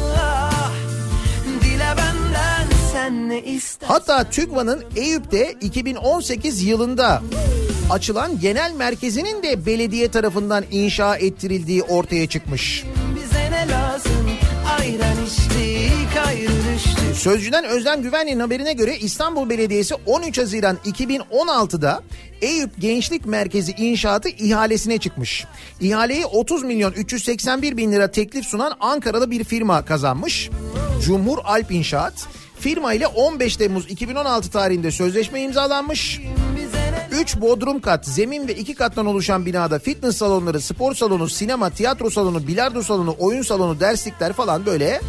Hatta TÜGVA'nın Eyüp'te 2018 yılında açılan genel merkezinin de belediye tarafından inşa ettirildiği ortaya çıkmış. Bize ne lazım? Ayran içtik, ayrı düştük. Sözcüden Özlem Güvenli'nin haberine göre İstanbul Belediyesi 13 Haziran 2016'da Eyüp Gençlik Merkezi inşaatı ihalesine çıkmış. İhaleyi 30 milyon 381 bin lira teklif sunan Ankaralı bir firma kazanmış. Cumhur Alp İnşaat. firma ile 15 Temmuz 2016 tarihinde sözleşme imzalanmış. 3 bodrum kat, zemin ve 2 kattan oluşan binada fitness salonları, spor salonu, sinema, tiyatro salonu, bilardo salonu, oyun salonu, derslikler falan böyle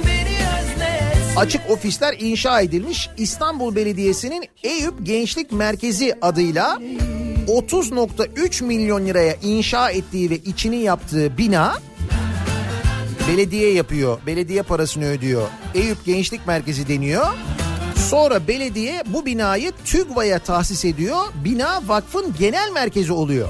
açık ofisler inşa edilmiş. İstanbul Belediyesi'nin Eyüp Gençlik Merkezi adıyla 30.3 milyon liraya inşa ettiği ve içini yaptığı bina belediye yapıyor. Belediye parasını ödüyor. Eyüp Gençlik Merkezi deniyor. Sonra belediye bu binayı TÜGVA'ya tahsis ediyor. Bina vakfın genel merkezi oluyor.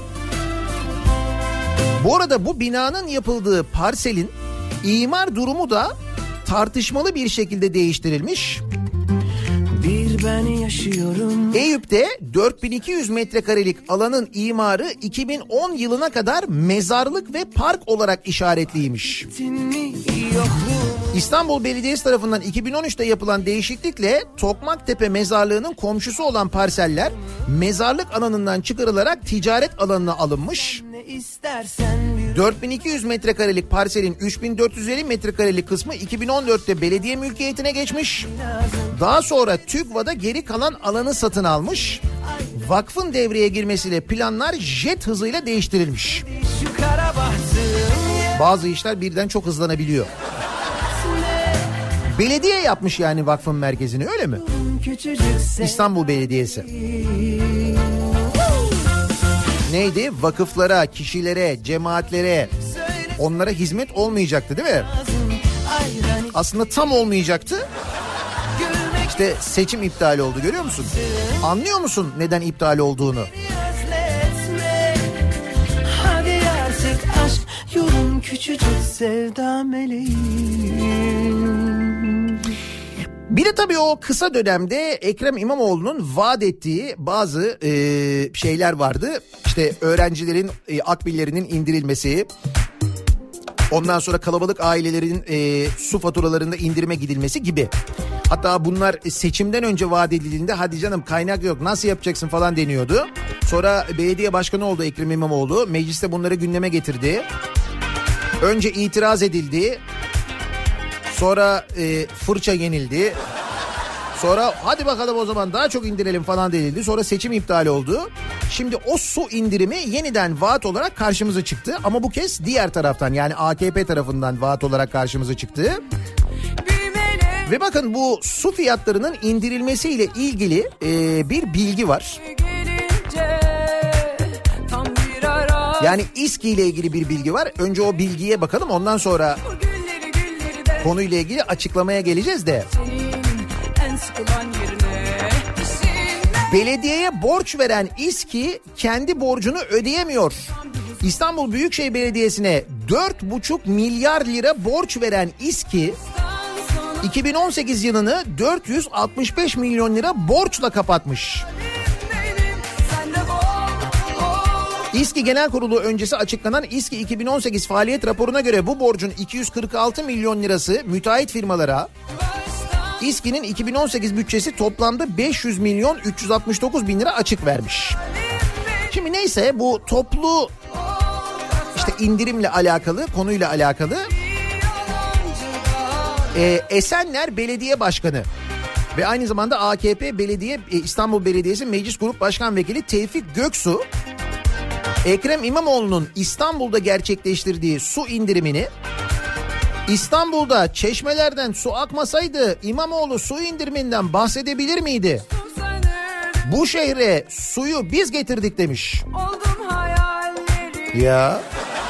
Bu arada bu binanın yapıldığı parselin imar durumu da tartışmalı bir şekilde değiştirilmiş. Bir ben yaşıyorum. Eyüp'te 4200 metrekarelik alanın imarı 2010 yılına kadar mezarlık ve park olarak işaretliymiş. İstanbul Belediyesi tarafından 2013'te yapılan değişiklikle Tokmaktepe Mezarlığı'nın komşusu olan parseller mezarlık alanından çıkarılarak ticaret alanına alınmış. 4200 metrekarelik parselin 3450 metrekarelik kısmı 2014'te belediye mülkiyetine geçmiş. Daha sonra TÜGVA'da geri kalan alanı satın almış. Vakfın devreye girmesiyle planlar jet hızıyla değiştirilmiş. Bazı işler birden çok hızlanabiliyor. Belediye yapmış yani vakfın merkezini, öyle mi? İstanbul Belediyesi. Neydi? Vakıflara, kişilere, cemaatlere, onlara hizmet olmayacaktı değil mi? Aslında tam olmayacaktı. İşte seçim iptal oldu, görüyor musun? Anlıyor musun neden iptal olduğunu? Hadi artık aşk yolun küçücük sevda meleğim. Bir de tabii o kısa dönemde Ekrem İmamoğlu'nun vaat ettiği bazı şeyler vardı. İşte öğrencilerin akbillerinin indirilmesi, ondan sonra kalabalık ailelerin su faturalarında indirime gidilmesi gibi. Hatta bunlar seçimden önce vaat edildiğinde hadi canım kaynak yok nasıl yapacaksın falan deniyordu. Sonra belediye başkanı oldu Ekrem İmamoğlu, mecliste bunları gündeme getirdi. Önce itiraz edildi. Sonra fırça yenildi. Sonra hadi bakalım o zaman daha çok indirelim falan denildi. Sonra seçim iptal oldu. Şimdi o su indirimi yeniden vaat olarak karşımıza çıktı. Ama bu kez diğer taraftan, yani AKP tarafından vaat olarak karşımıza çıktı. Ve bakın bu su fiyatlarının indirilmesiyle ilgili bir bilgi var. Yani İSKİ ile ilgili bir bilgi var. Önce o bilgiye bakalım, ondan sonra konuyla ilgili açıklamaya geleceğiz de. Belediyeye borç veren İSKİ kendi borcunu ödeyemiyor. İstanbul Büyükşehir Belediyesi'ne 4,5 milyar lira borç veren İSKİ 2018 yılını 465 milyon lira borçla kapatmış. İSKİ Genel Kurulu öncesi açıklanan İSKİ 2018 faaliyet raporuna göre bu borcun 246 milyon lirası müteahhit firmalara, İSKİ'nin 2018 bütçesi toplamda 500 milyon 369 bin lira açık vermiş. Şimdi neyse, bu toplu işte indirimle alakalı, konuyla alakalı Esenler Belediye Başkanı ve aynı zamanda AKP Belediye İstanbul Belediyesi Meclis Grup Başkan Vekili Tevfik Göksu, Ekrem İmamoğlu'nun İstanbul'da gerçekleştirdiği su indirimini, İstanbul'da çeşmelerden su akmasaydı İmamoğlu su indiriminden bahsedebilir miydi? Bu şehre suyu biz getirdik demiş. Ya.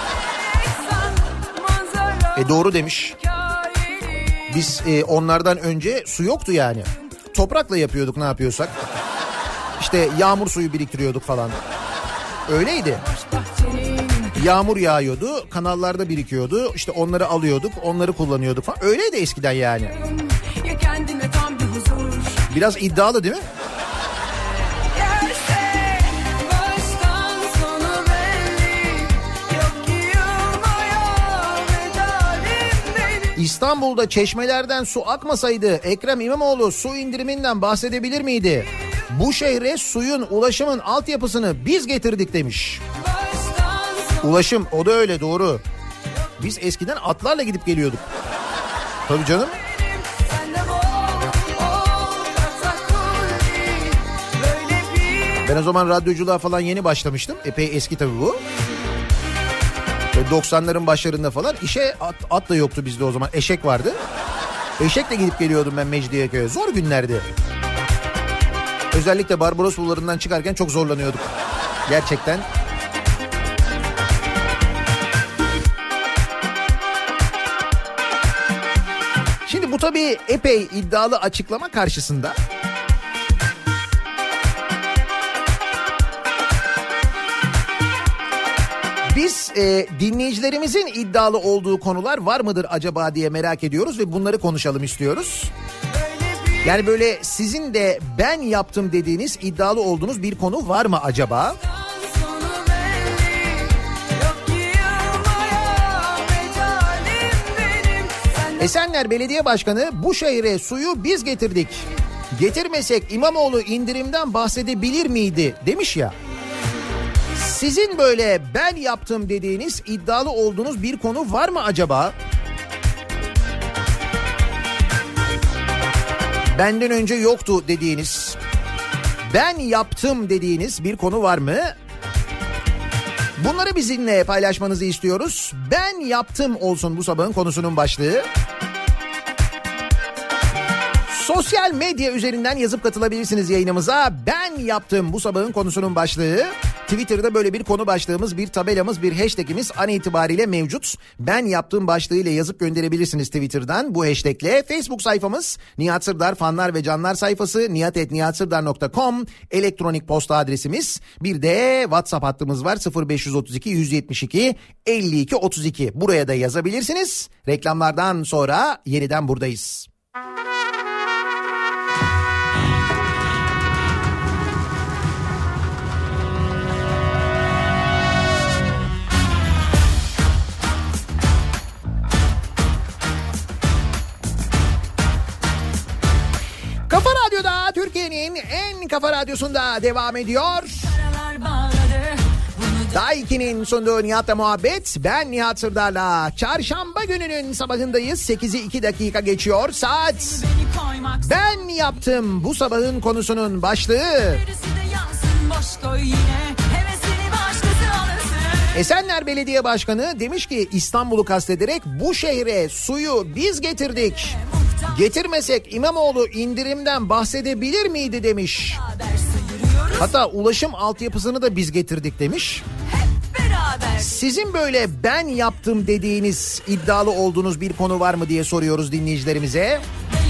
Doğru demiş. Biz onlardan önce su yoktu yani. Toprakla yapıyorduk ne yapıyorsak. İşte yağmur suyu biriktiriyorduk falan. Öyleydi. Yağmur yağıyordu, kanallarda birikiyordu. İşte onları alıyorduk, onları kullanıyorduk falan. Öyleydi eskiden yani. Biraz iddialı değil mi? İstanbul'da çeşmelerden su akmasaydı Ekrem İmamoğlu su indiriminden bahsedebilir miydi? Bu şehre suyun, ulaşımın altyapısını biz getirdik demiş. Ulaşım, o da öyle, doğru. Biz eskiden atlarla gidip geliyorduk. Tabii canım. Ben o zaman radyoculuğa falan yeni başlamıştım. Epey eski tabii bu. Ve 90'ların başlarında falan işe at da yoktu bizde o zaman. Eşek vardı. Eşekle gidip geliyordum ben Mecidiyeköy'e. Zor günlerdi. Özellikle Barbaros Bulvarı'ndan çıkarken çok zorlanıyorduk. Gerçekten. Şimdi bu tabii epey iddialı açıklama karşısında biz dinleyicilerimizin iddialı olduğu konular var mıdır acaba diye merak ediyoruz ve bunları konuşalım istiyoruz. Yani böyle sizin de ben yaptım dediğiniz iddialı olduğunuz bir konu var mı acaba? Esenler Belediye Başkanı bu şehre suyu biz getirdik. Getirmesek İmamoğlu indirimden bahsedebilir miydi demiş ya. Sizin böyle ben yaptım dediğiniz iddialı olduğunuz bir konu var mı acaba? Benden önce yoktu dediğiniz, ben yaptım dediğiniz bir konu var mı? Bunları bizimle paylaşmanızı istiyoruz. Ben yaptım olsun bu sabahın konusunun başlığı. Sosyal medya üzerinden yazıp katılabilirsiniz yayınımıza. Ben yaptım bu sabahın konusunun başlığı. Twitter'da böyle bir konu başlığımız, bir tabelamız, bir hashtagimiz an itibariyle mevcut. Ben yaptığım başlığıyla yazıp gönderebilirsiniz Twitter'dan bu hashtagle. Facebook sayfamız Nihat Sırdar fanlar ve canlar sayfası nihat@nihatsırdar.com elektronik posta adresimiz. Bir de WhatsApp hattımız var 0532 172 52 32. Buraya da yazabilirsiniz. Reklamlardan sonra yeniden buradayız. Kafa Radyo'da, Türkiye'nin en kafa radyosunda devam ediyor. Daiki'nin sunduğu Nihat'la muhabbet. Ben Nihat Sırdar'la. Çarşamba gününün sabahındayız. 8'i 2 dakika geçiyor saat. Ben yaptım bu sabahın konusunun başlığı. Esenler Belediye Başkanı demiş ki İstanbul'u kastederek bu şehre suyu biz getirdik. Getirmesek İmamoğlu indirimden bahsedebilir miydi demiş. Hatta ulaşım altyapısını da biz getirdik demiş. Sizin böyle ben yaptım dediğiniz iddialı olduğunuz bir konu var mı diye soruyoruz dinleyicilerimize.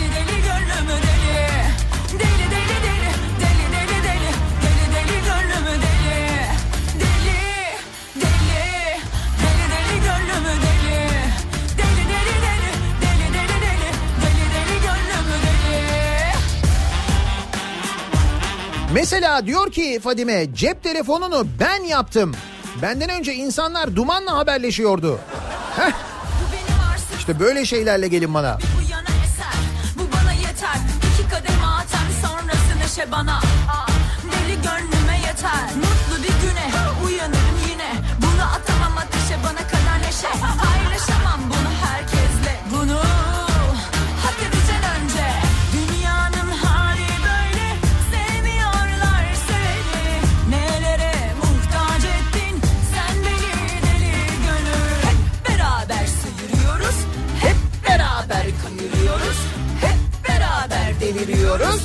Mesela diyor ki Fadime, cep telefonunu ben yaptım. Benden önce insanlar dumanla haberleşiyordu. Heh. İşte böyle şeylerle gelin bana. Bu bana yeter. 2 kademe atar sonrası neşe bana. Deli gönlüme yeter. Mutlu bir güne uyanırım yine. Bunu atamam ateşe bana kadar neşe. Paylaşamam bunu herkesle. Bunu hak edeceksin önce. Dünyanın hali böyle. Sevmiyorlar seni. Nelere muhtaç ettin sen beni deli gönül. Hep beraber sıyırıyoruz. Hep beraber kayırıyoruz. Hep beraber deliriyoruz.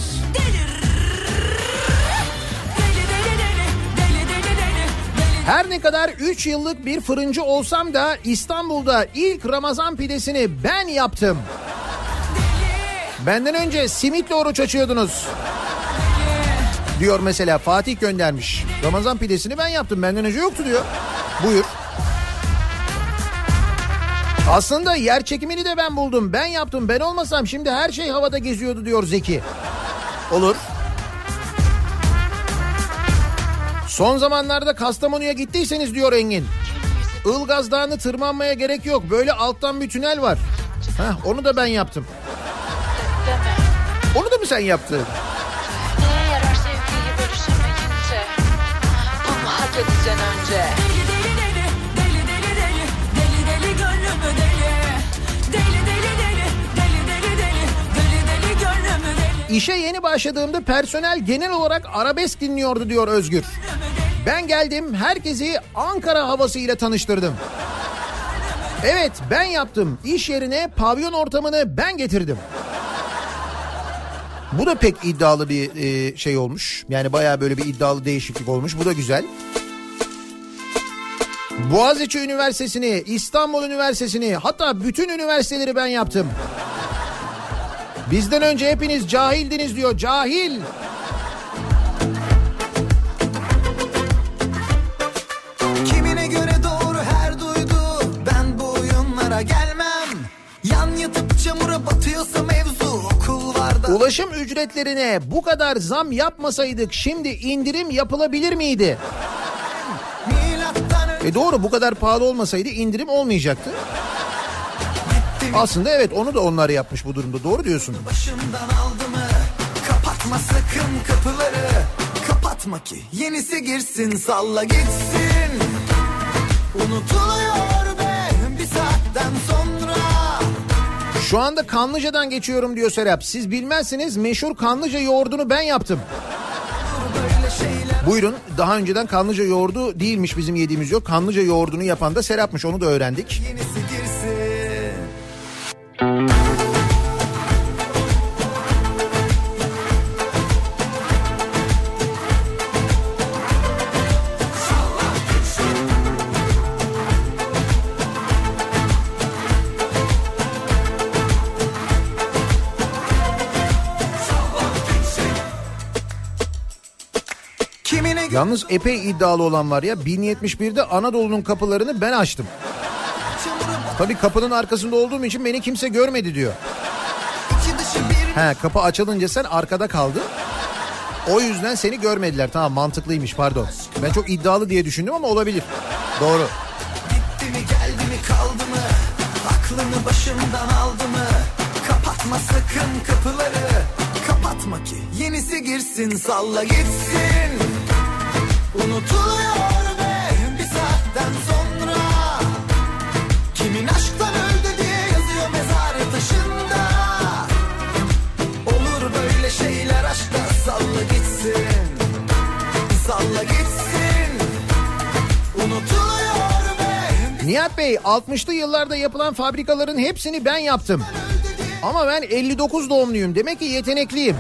Her ne kadar 3 yıllık bir fırıncı olsam da İstanbul'da ilk Ramazan pidesini ben yaptım. Benden önce simitle oruç açıyordunuz. Diyor mesela Fatih göndermiş. Ramazan pidesini ben yaptım, benden önce yoktu diyor. Buyur. Aslında yer çekimini de ben buldum. Ben yaptım. Ben olmasam şimdi her şey havada geziyordu diyor Zeki. Olur. Son zamanlarda Kastamonu'ya gittiyseniz diyor Engin. Ilgaz Dağı'nı tırmanmaya gerek yok. Böyle alttan bir tünel var. Heh, onu da ben yaptım. Onu da mı sen yaptın? Neye yarar sevgiyi bölüşemeyince? Bunu hak edeceksin önce. İşe yeni başladığımda personel genel olarak arabesk dinliyordu diyor Özgür. Ben geldim, herkesi Ankara havasıyla tanıştırdım. Evet, ben yaptım. İş yerine pavyon ortamını ben getirdim. Bu da pek iddialı bir şey olmuş. Yani bayağı böyle bir iddialı değişiklik olmuş. Bu da güzel. Boğaziçi Üniversitesi'ni, İstanbul Üniversitesi'ni, hatta bütün üniversiteleri ben yaptım. Bizden önce hepiniz cahildiniz diyor. Cahil. Kimine göre doğru her duygu, ben bu oyunlara gelmem. Yan yatıp çamura batıyorsa mevzu, okul var da. Ulaşım ücretlerine bu kadar zam yapmasaydık şimdi indirim yapılabilir miydi? Doğru, bu kadar pahalı olmasaydı indirim olmayacaktı. Aslında evet, onu da onlar yapmış bu durumda, doğru diyorsun. Başımdan aldı mı? Kapatma sakın kapıları. Kapatma ki yenisi girsin, salla gitsin. Unutuluyor be bir saatten sonra. Şu anda Kanlıca'dan geçiyorum diyor Serap. Siz bilmezsiniz, meşhur Kanlıca yoğurdunu ben yaptım. Buyurun, daha önceden Kanlıca yoğurdu değilmiş bizim yediğimiz yok. Kanlıca yoğurdunu yapan da Serap'mış, onu da öğrendik. Yenisi girsin. Yalnız epey iddialı olan var ya, 1071'de Anadolu'nun kapılarını ben açtım. Tabii kapının arkasında olduğum için beni kimse görmedi diyor. Kapı açılınca sen arkada kaldın. O yüzden seni görmediler. Tamam, mantıklıymış, pardon. Ben çok iddialı diye düşündüm ama olabilir. Doğru. Gitti mi geldi mi kaldı mı? Aklını başımdan aldı mı? Kapatma sakın kapıları. Kapatma ki yenisi girsin, salla gitsin. Unutuluyor be bir saatten sonra. Kimin aşktan öldü diye yazıyor mezar taşında. Olur böyle şeyler aşkta, salla gitsin. Salla gitsin. Unutuluyor be. Nihat Bey, 60'lı yıllarda yapılan fabrikaların hepsini ben yaptım. Ama ben 59 doğumluyum. Demek ki yetenekliyim.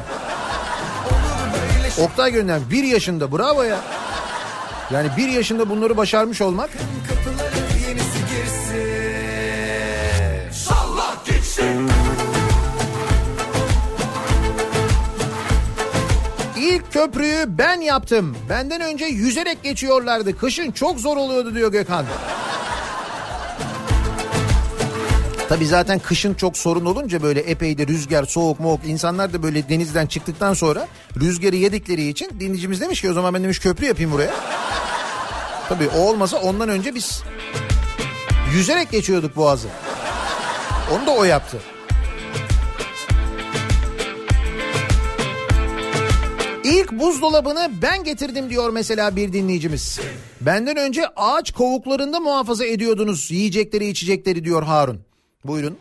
Oktay gönder 1 yaşında, bravo ya. Yani 1 yaşında bunları başarmış olmak. Kapıları yenisi girsin. Salla gitsin. İlk köprüyü ben yaptım. Benden önce yüzerek geçiyorlardı. Kışın çok zor oluyordu diyor Gökhan. Tabii zaten kışın çok sorun olunca böyle epey de rüzgar, soğuk, insanlar da böyle denizden çıktıktan sonra rüzgarı yedikleri için dinleyicimiz demiş ki o zaman ben demiş köprü yapayım buraya. Tabii o olmasa ondan önce biz yüzerek geçiyorduk Boğaz'ı. Onu da o yaptı. İlk buzdolabını ben getirdim diyor mesela bir dinleyicimiz. Benden önce ağaç kovuklarında muhafaza ediyordunuz yiyecekleri içecekleri diyor Harun. Buyurun.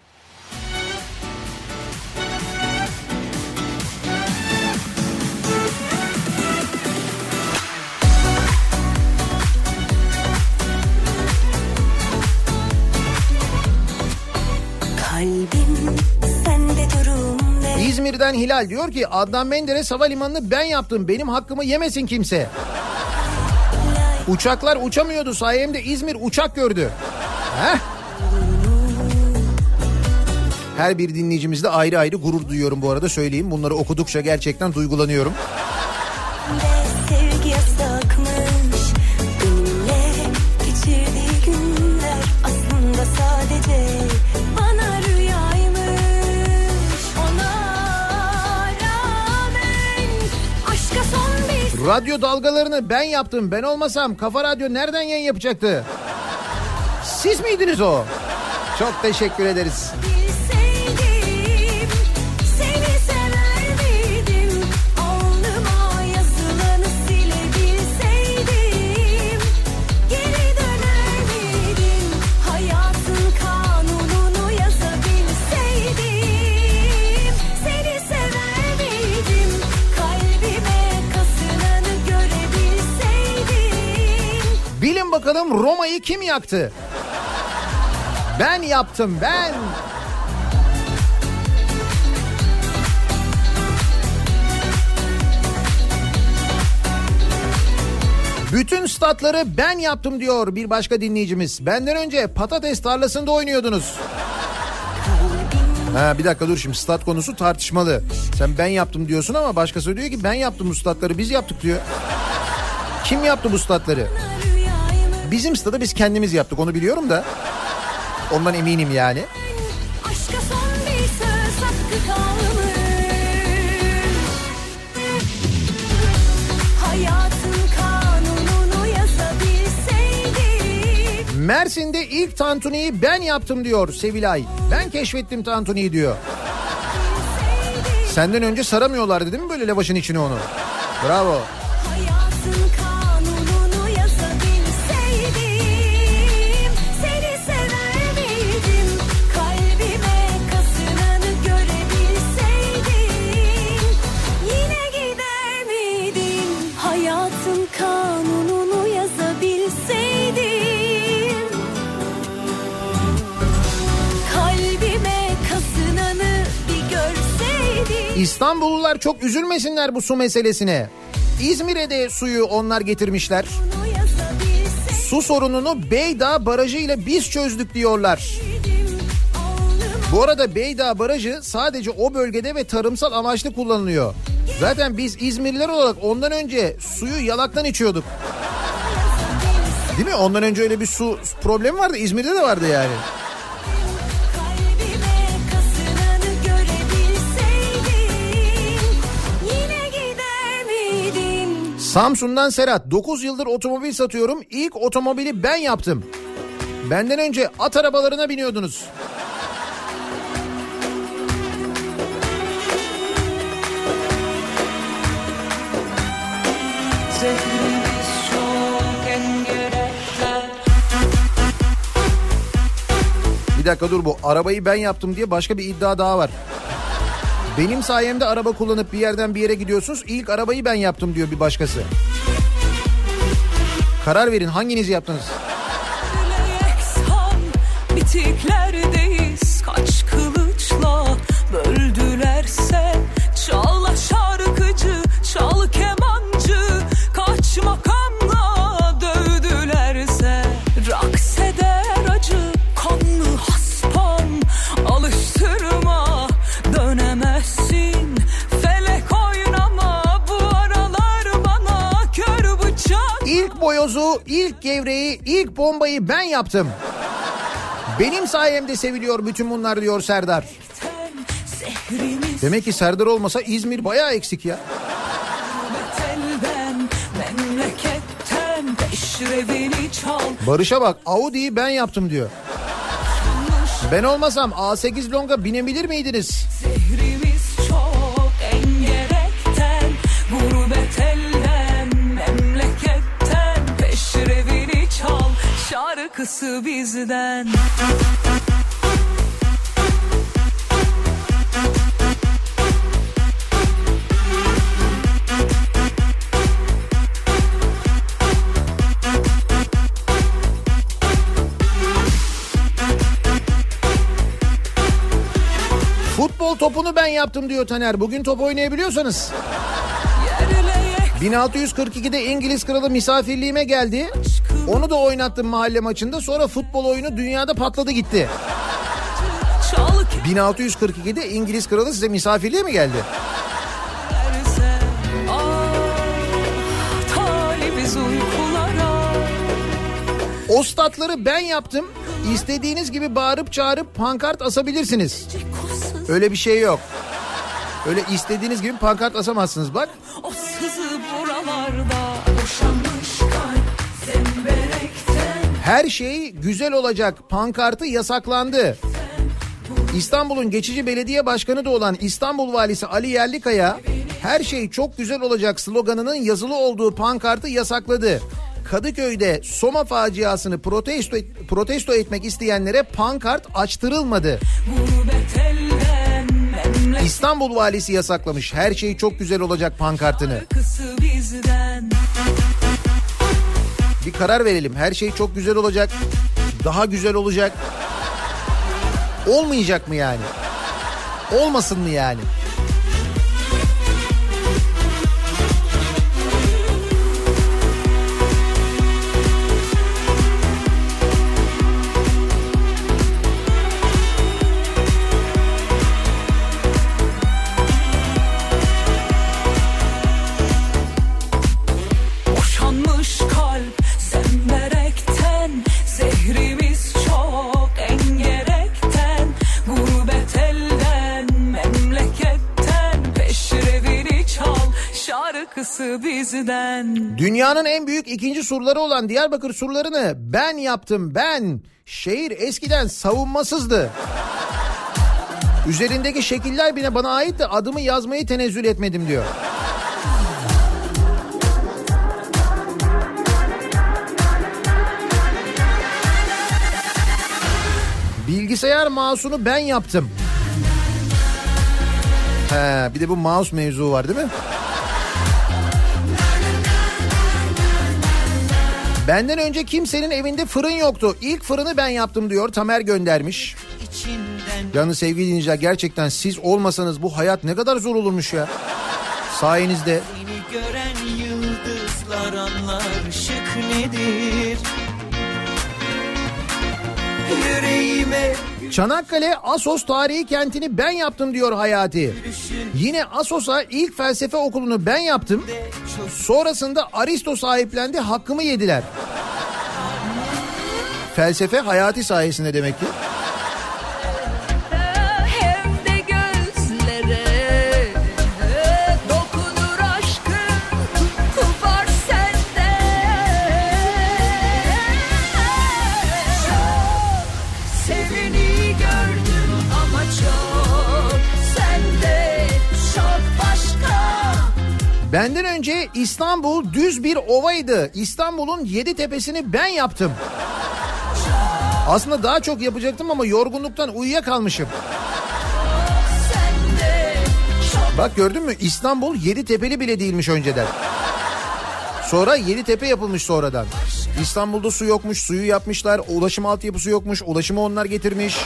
Kalbim sende durum ne? İzmir'den Hilal diyor ki Adnan Menderes havalimanını ben yaptım. Benim hakkımı yemesin kimse. Uçaklar uçamıyordu, sayemde İzmir uçak gördü. Heh. Her bir dinleyicimizle ayrı ayrı gurur duyuyorum bu arada, söyleyeyim. Bunları okudukça gerçekten duygulanıyorum. Sevgi yasakmış. Benimle geçirdiği günler aslında sadece bana rüyaymış. Ona rağmen aşka son bir... Radyo dalgalarını ben yaptım. Ben olmasam Kafa Radyo nereden yayın yapacaktı? Siz miydiniz o? Çok teşekkür ederiz. Bakalım Roma'yı kim yaktı? Ben yaptım, ben. Bütün statları ben yaptım diyor bir başka dinleyicimiz. Benden önce patates tarlasında oynuyordunuz. Ha, bir dakika dur, şimdi stat konusu tartışmalı. Sen ben yaptım diyorsun ama başkası diyor ki ben yaptım bu statları, biz yaptık diyor. Kim yaptı bu statları? Bizim stadı biz kendimiz yaptık, onu biliyorum da. Ondan eminim yani. Aşka son bir söz hakkı kalmış. Hayatın kanununu yazabilseydim. Mersin'de ilk tantuniyi ben yaptım diyor Sevilay. Ben keşfettim tantuniyi diyor. Senden önce saramıyorlardı değil mi böyle lavaşın içine onu? Bravo. Hayatın kanununu yazabilseydim. Seni sever miydim? Kalbime kazınanı görebilseydim. Yine gider miydin? Hayatın kanununu yazabilseydim. Kalbime kazınanı bir görseydim. İstanbullular çok üzülmesinler bu su meselesine. İzmir'e de suyu onlar getirmişler. Bunu yazabilseydim. Su sorununu Beydağ Barajı ile biz çözdük diyorlar. Bu arada Beydağ Barajı sadece o bölgede ve tarımsal amaçlı kullanılıyor. Zaten biz İzmirliler olarak ondan önce suyu yalaktan içiyorduk. Değil mi? Ondan önce öyle bir su problemi vardı. İzmir'de de vardı yani. Kalbime kazınanı görebilseydim. Yine gider miydin? Samsun'dan Serhat. 9 yıldır otomobil satıyorum. İlk otomobili ben yaptım. Benden önce at arabalarına biniyordunuz. Zehrimiz çok engerekler. Bir dakika dur, bu arabayı ben yaptım diye başka bir iddia daha var. Benim sayemde araba kullanıp bir yerden bir yere gidiyorsunuz. İlk arabayı ben yaptım diyor bir başkası. Karar verin, hanginizi yaptınız? Yeksan bitiklerdeyiz. Kaç kılıçla böldülerse. Çal şarkıcı, çal kemancı. Kaç makamla dövdülerse. Raks eder acı, kanlı haspam. Alıştırma, dönemezsin. Felek oynama, bu aralar bana kör bıçak. İlk boyozu, ilk gevreği, ilk bombayı ben yaptım. Benim sayemde seviliyor bütün bunlar diyor Serdar. Zehrimiz Demek ki Serdar olmasa İzmir bayağı eksik ya. elden, memleketten peşrevini çal. Barış'a bak, Audi'yi ben yaptım diyor. Ben olmasam A8 Long'a binebilir miydiniz? Zehrimiz çok engerekten, gurbet elden, memleketten peşrevini çal. Şarkısı bizden. Futbol topunu ben yaptım diyor Taner. Bugün top oynayabiliyorsanız. 1642'de İngiliz kralı misafirliğime geldi. Onu da oynattım mahalle maçında. Sonra futbol oyunu dünyada patladı gitti. 1642'de İngiliz kralı size misafirliğe mi geldi? O statları ben yaptım. İstediğiniz gibi bağırıp çağırıp pankart asabilirsiniz. Öyle bir şey yok. Öyle istediğiniz gibi pankart asamazsınız bak. O sızı buralarda boşanmış kalp zemberekten. Her şey güzel olacak pankartı yasaklandı. İstanbul'un geçici belediye başkanı da olan İstanbul valisi Ali Yerlikaya her şey çok güzel olacak sloganının yazılı olduğu pankartı yasakladı. Kadıköy'de Soma faciasını protesto etmek isteyenlere pankart açtırılmadı. İstanbul valisi yasaklamış her şey çok güzel olacak pankartını. Bir karar verelim. Her şey çok güzel olacak. Daha güzel olacak. Olmayacak mı yani? Olmasın mı yani? Boşanmış kalp zemberekten, zehrimiz çok engerekten, gurbet elden memleketten, peşrevini çal şarkısı bizden. Dünyanın en büyük ikinci surları olan Diyarbakır surlarını ben yaptım ben. Şehir eskiden savunmasızdı. Üzerindeki şekiller bile bana ait de adımı yazmayı tenezzül etmedim diyor. Bilgisayar mouse'unu ben yaptım. Bir de bu mouse mevzu var değil mi? Benden önce kimsenin evinde fırın yoktu. İlk fırını ben yaptım diyor. Tamer göndermiş. Yalnız sevgili dinleyiciler, gerçekten siz olmasanız bu hayat ne kadar zor olurmuş ya. Sayenizde. Seni gören yıldızlar anlar ışık nedir? Yüreğime Çanakkale Assos Tarihi Kenti'ni ben yaptım diyor Hayati. Yine Assos'a ilk felsefe okulunu ben yaptım. Sonrasında Aristo sahiplendi, hakkımı yediler. Felsefe Hayati sayesinde demek ki. Hem de gözlere dokunur aşkın, tutku var sende. Çok seveni gördüm ama çok sende çok başka. Benden önce İstanbul düz bir ovaydı. İstanbul'un 7 tepesini ben yaptım. Aslında daha çok yapacaktım ama yorgunluktan uyuyakalmışım. Bak gördün mü, İstanbul 7 tepeli bile değilmiş önceden. Sonra 7 tepe yapılmış sonradan. İstanbul'da su yokmuş, suyu yapmışlar. Ulaşım altyapısı yokmuş, ulaşımı onlar getirmiş.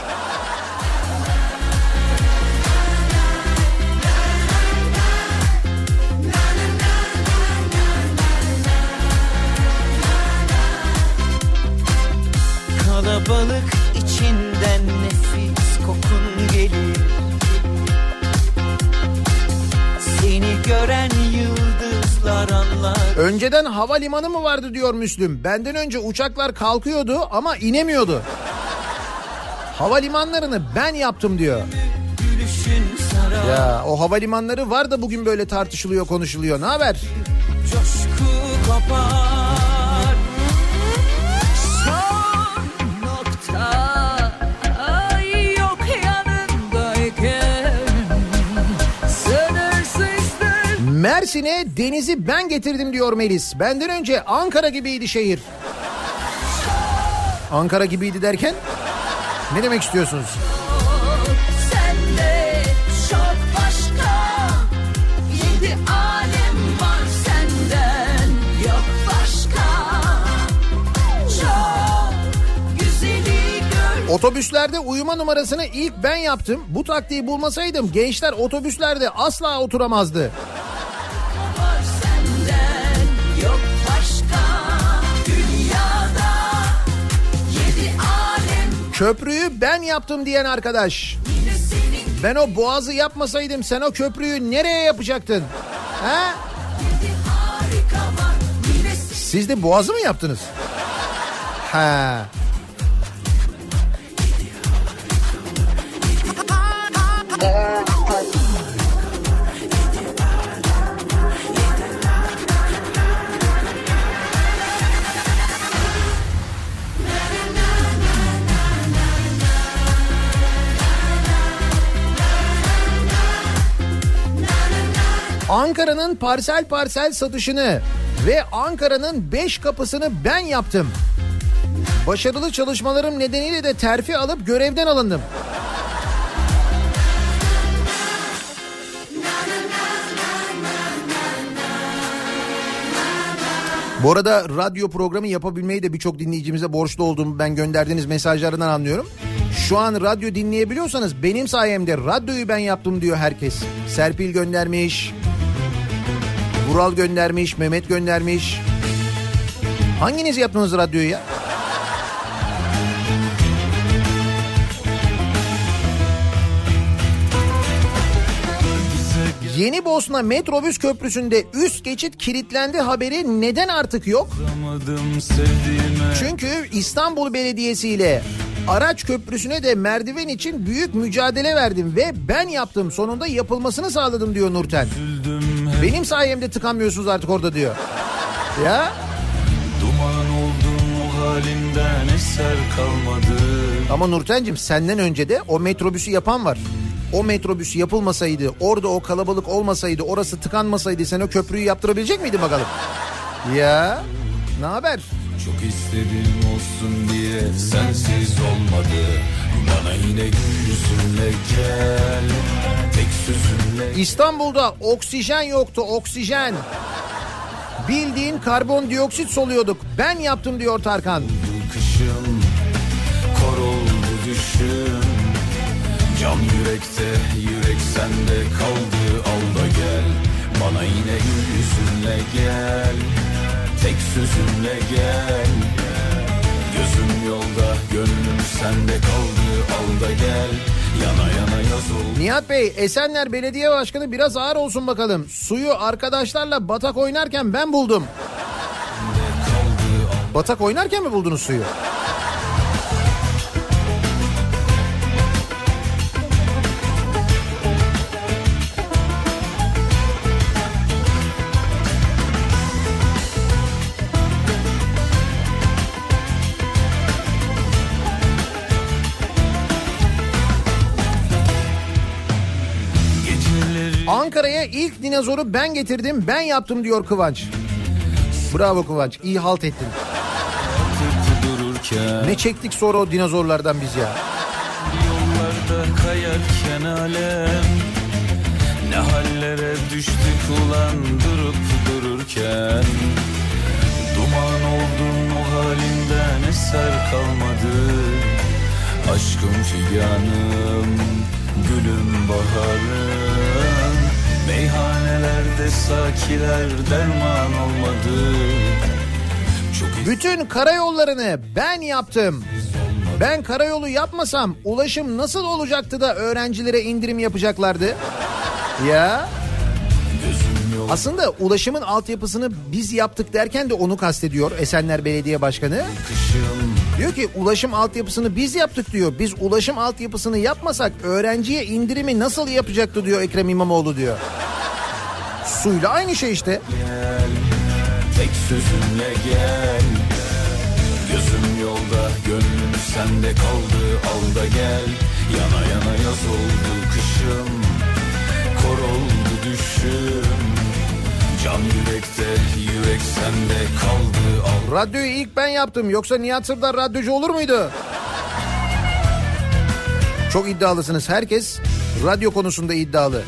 kalabalık içinden nefis kokun gelir. Seni gören yıldızlar anlar. Önceden havalimanı mı vardı diyor Müslüm. Benden önce uçaklar kalkıyordu ama inemiyordu. Havalimanlarını ben yaptım diyor. Ya o havalimanları var da bugün böyle tartışılıyor, konuşuluyor. Ne haber? Coşku kopar. Son nokta ay yok yanındayken sınırsızdır. Mersin'e denizi ben getirdim diyor Melis. Benden önce Ankara gibiydi şehir. Ankara gibiydi derken ne demek istiyorsunuz? Sende çok başka, 7 alem var senden yok başka. Çok güzeli gör. Otobüslerde uyuma numarasını ilk ben yaptım. Bu taktiği bulmasaydım gençler otobüslerde asla oturamazdı. Var senden yok başka. Dünyada 7 alem Köprüyü ben yaptım diyen arkadaş. yine senin. Ben o boğazı yapmasaydım sen o köprüyü nereye yapacaktın? Ha? Harika var yine senin. Siz de boğazı mı yaptınız? Ha. Ankara'nın parsel parsel satışını ve Ankara'nın 5 kapısını ben yaptım. Başarılı çalışmalarım nedeniyle de terfi alıp görevden alındım. Bu arada radyo programı yapabilmeyi de birçok dinleyicimize borçlu olduğumu ben gönderdiğiniz mesajlarından anlıyorum. Şu an radyo dinleyebiliyorsanız benim sayemde, radyoyu ben yaptım diyor herkes. Serpil göndermiş, Vural göndermiş, Mehmet göndermiş. Hanginiz yaptınız radyoyu ya? Yeni Bosna metrobüs köprüsünde üst geçit kilitlendi haberi neden artık yok? Çünkü İstanbul Belediyesi ile Araç Köprüsü'ne de merdiven için büyük mücadele verdim ve ben yaptım, sonunda yapılmasını sağladım diyor Nurten. Benim sayemde tıkanmıyorsunuz artık orada diyor. Ya. Duman oldum o halimden eser kalmadı. Ama Nurten'cim senden önce de o metrobüsü yapan var. O metrobüs yapılmasaydı, orada o kalabalık olmasaydı, orası tıkanmasaydı sen o köprüyü yaptırabilecek miydin bakalım? Ya, ne haber? Çok istedim olsun diye sensiz olmadı. Bana yine gül yüzünle gel, tek sözünle. İstanbul'da oksijen yoktu, oksijen. Bildiğin karbondioksit soluyorduk. Ben yaptım diyor Tarkan. Kışım kor oldu düşüm. Can yürekte, yürek sende kaldı, al da gel. Bana yine gül yüzünle gel, tek sözünle gel. Gözüm yolda, gönlüm sende kaldı, al da gel. Yana yana yaz oldu. Nihat Bey, Esenler Belediye Başkanı biraz ağır olsun bakalım. Suyu arkadaşlarla batak oynarken ben buldum. Batak oynarken mi buldunuz suyu? Ankara'ya ilk dinozoru ben getirdim, ben yaptım diyor Kıvanç. Bravo Kıvanç, iyi halt ettin. Ne çektik sonra o dinozorlardan biz ya. Yollarda kayarken alem, ne hallere düştük ulan durup dururken. Duman oldun o halinden eser kalmadı. Aşkım figanım, gülüm baharım. Meyhanelerde sakiler derman olmadı. Bütün karayollarını ben yaptım. Ben karayolu yapmasam ulaşım nasıl olacaktı da öğrencilere indirim yapacaklardı? Ya. Aslında ulaşımın altyapısını biz yaptık derken de onu kastediyor Esenler Belediye Başkanı. Diyor ki ulaşım altyapısını biz yaptık diyor. Biz ulaşım altyapısını yapmasak öğrenciye indirimi nasıl yapacaktı diyor Ekrem İmamoğlu diyor. Suyla aynı şey işte. Gel, tek sözünle gel. Gözüm yolda, gönlüm sende kaldı, al da gel. Yana yana yaz oldu kışım, kor oldu düşüm. Can yürekte, yürek sende kaldı, al. Radyoyu ilk ben yaptım, yoksa Nihat Sırdar radyocu olur muydu? Çok iddialısınız, herkes radyo konusunda iddialı.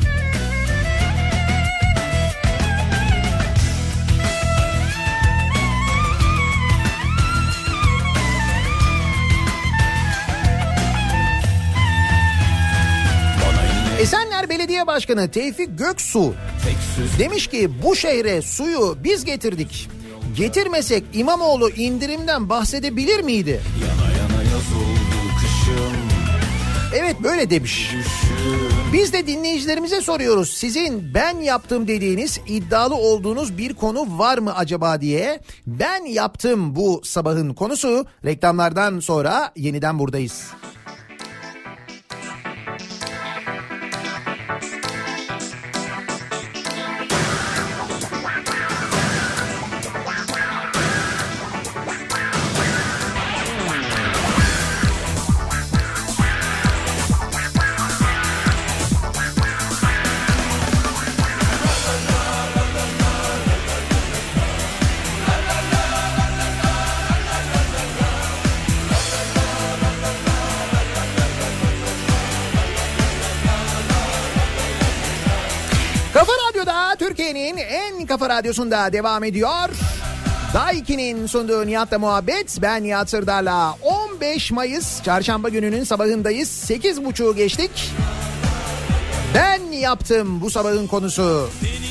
Esenler Belediye Başkanı Tevfik Göksu demiş ki bu şehre suyu biz getirdik. Getirmesek İmamoğlu indirimden bahsedebilir miydi? Yana yana yaz oldu kışım. Evet, böyle demiş. Biz de dinleyicilerimize soruyoruz. Sizin ben yaptım dediğiniz, iddialı olduğunuz bir konu var mı acaba diye. Ben yaptım bu sabahın konusu. Reklamlardan sonra yeniden buradayız. Türkiye'nin en kafa radyosunda devam ediyor. Daiki'nin sunduğu Nihat'la muhabbet. Ben Nihat Sırdar'la 15 Mayıs çarşamba gününün sabahındayız. 8.30'u geçtik. Ben yaptım bu sabahın konusu.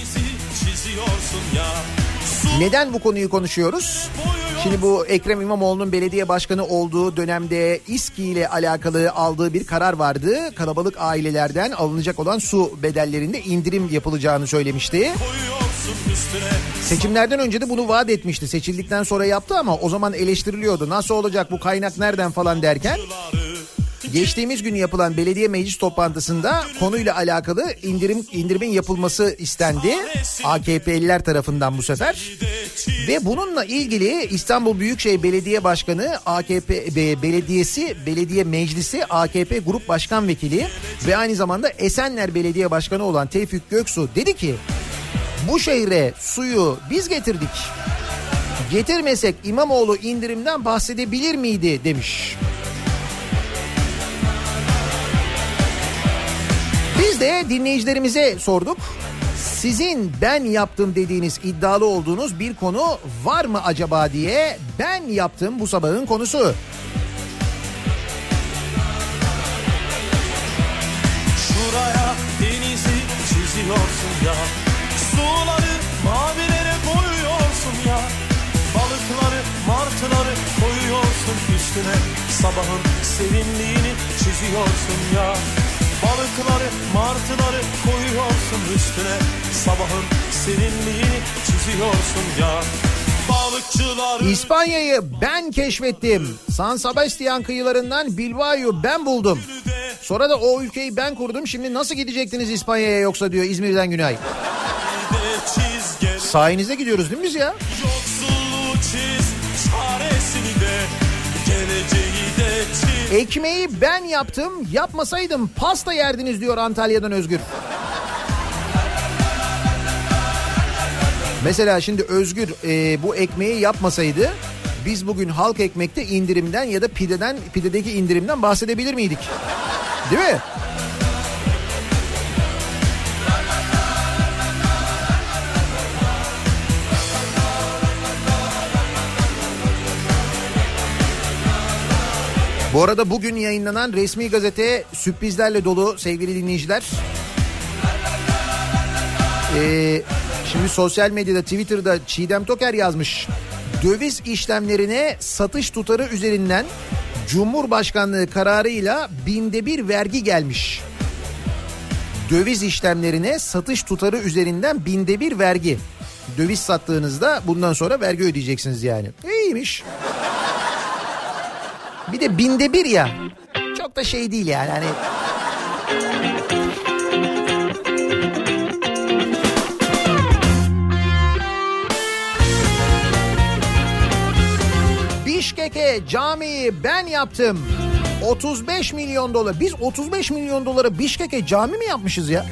Neden bu konuyu konuşuyoruz? Şimdi bu Ekrem İmamoğlu'nun belediye başkanı olduğu dönemde İSKİ ile alakalı aldığı bir karar vardı. Kalabalık ailelerden alınacak olan su bedellerinde indirim yapılacağını söylemişti. Seçimlerden önce de bunu vaat etmişti. Seçildikten sonra yaptı ama o zaman eleştiriliyordu. Nasıl olacak, bu kaynak nereden falan derken. Geçtiğimiz gün yapılan belediye meclis toplantısında konuyla alakalı indirimin yapılması istendi. AKP'liler tarafından bu sefer. Ve bununla ilgili İstanbul Büyükşehir Belediye Başkanı, AKP Belediye Meclisi AKP Grup Başkan Vekili ve aynı zamanda Esenler Belediye Başkanı olan Tevfik Göksu dedi ki bu şehre suyu biz getirdik. Getirmesek İmamoğlu indirimden bahsedebilir miydi demiş. Biz de dinleyicilerimize sorduk. Sizin ben yaptım dediğiniz, iddialı olduğunuz bir konu var mı acaba diye. Ben yaptım bu sabahın konusu. Şuraya denizi çiziyorsun ya, suları mavilere boyuyorsun ya, balıkları martıları koyuyorsun üstüne, sabahın serinliğini çiziyorsun ya. Balıkları, martıları koyuyorsun üstüne, sabahın serinliğini çiziyorsun ya. Balıkçılar... İspanya'yı ben keşfettim. San Sebastian kıyılarından Bilbao'yu ben buldum. Sonra da o ülkeyi ben kurdum. Şimdi nasıl gidecektiniz İspanya'ya yoksa diyor İzmir'den Günay. Sayenizde gidiyoruz değil mi biz ya? Yoksulluğu çiz, çaresini de, geleceği de çiz. Ekmeği ben yaptım, yapmasaydım pasta yerdiniz diyor Antalya'dan Özgür. Mesela şimdi Özgür bu ekmeği yapmasaydı biz bugün halk ekmekte indirimden ya da pidedeki indirimden bahsedebilir miydik? Değil mi? Bu arada bugün yayınlanan resmi gazete sürprizlerle dolu sevgili dinleyiciler. Şimdi sosyal medyada, Twitter'da Çiğdem Toker yazmış. Döviz işlemlerine satış tutarı üzerinden Cumhurbaşkanlığı kararıyla 1/1000 vergi gelmiş. Döviz işlemlerine satış tutarı üzerinden 1/1000 vergi. Döviz sattığınızda bundan sonra vergi ödeyeceksiniz yani. İyiymiş. Bir de 1/1000 ya. Çok da şey değil yani. Hani... Bişkek'e camiyi ben yaptım. 35 milyon dolar. Biz 35 milyon dolara Bişkek'e cami mi yapmışız ya?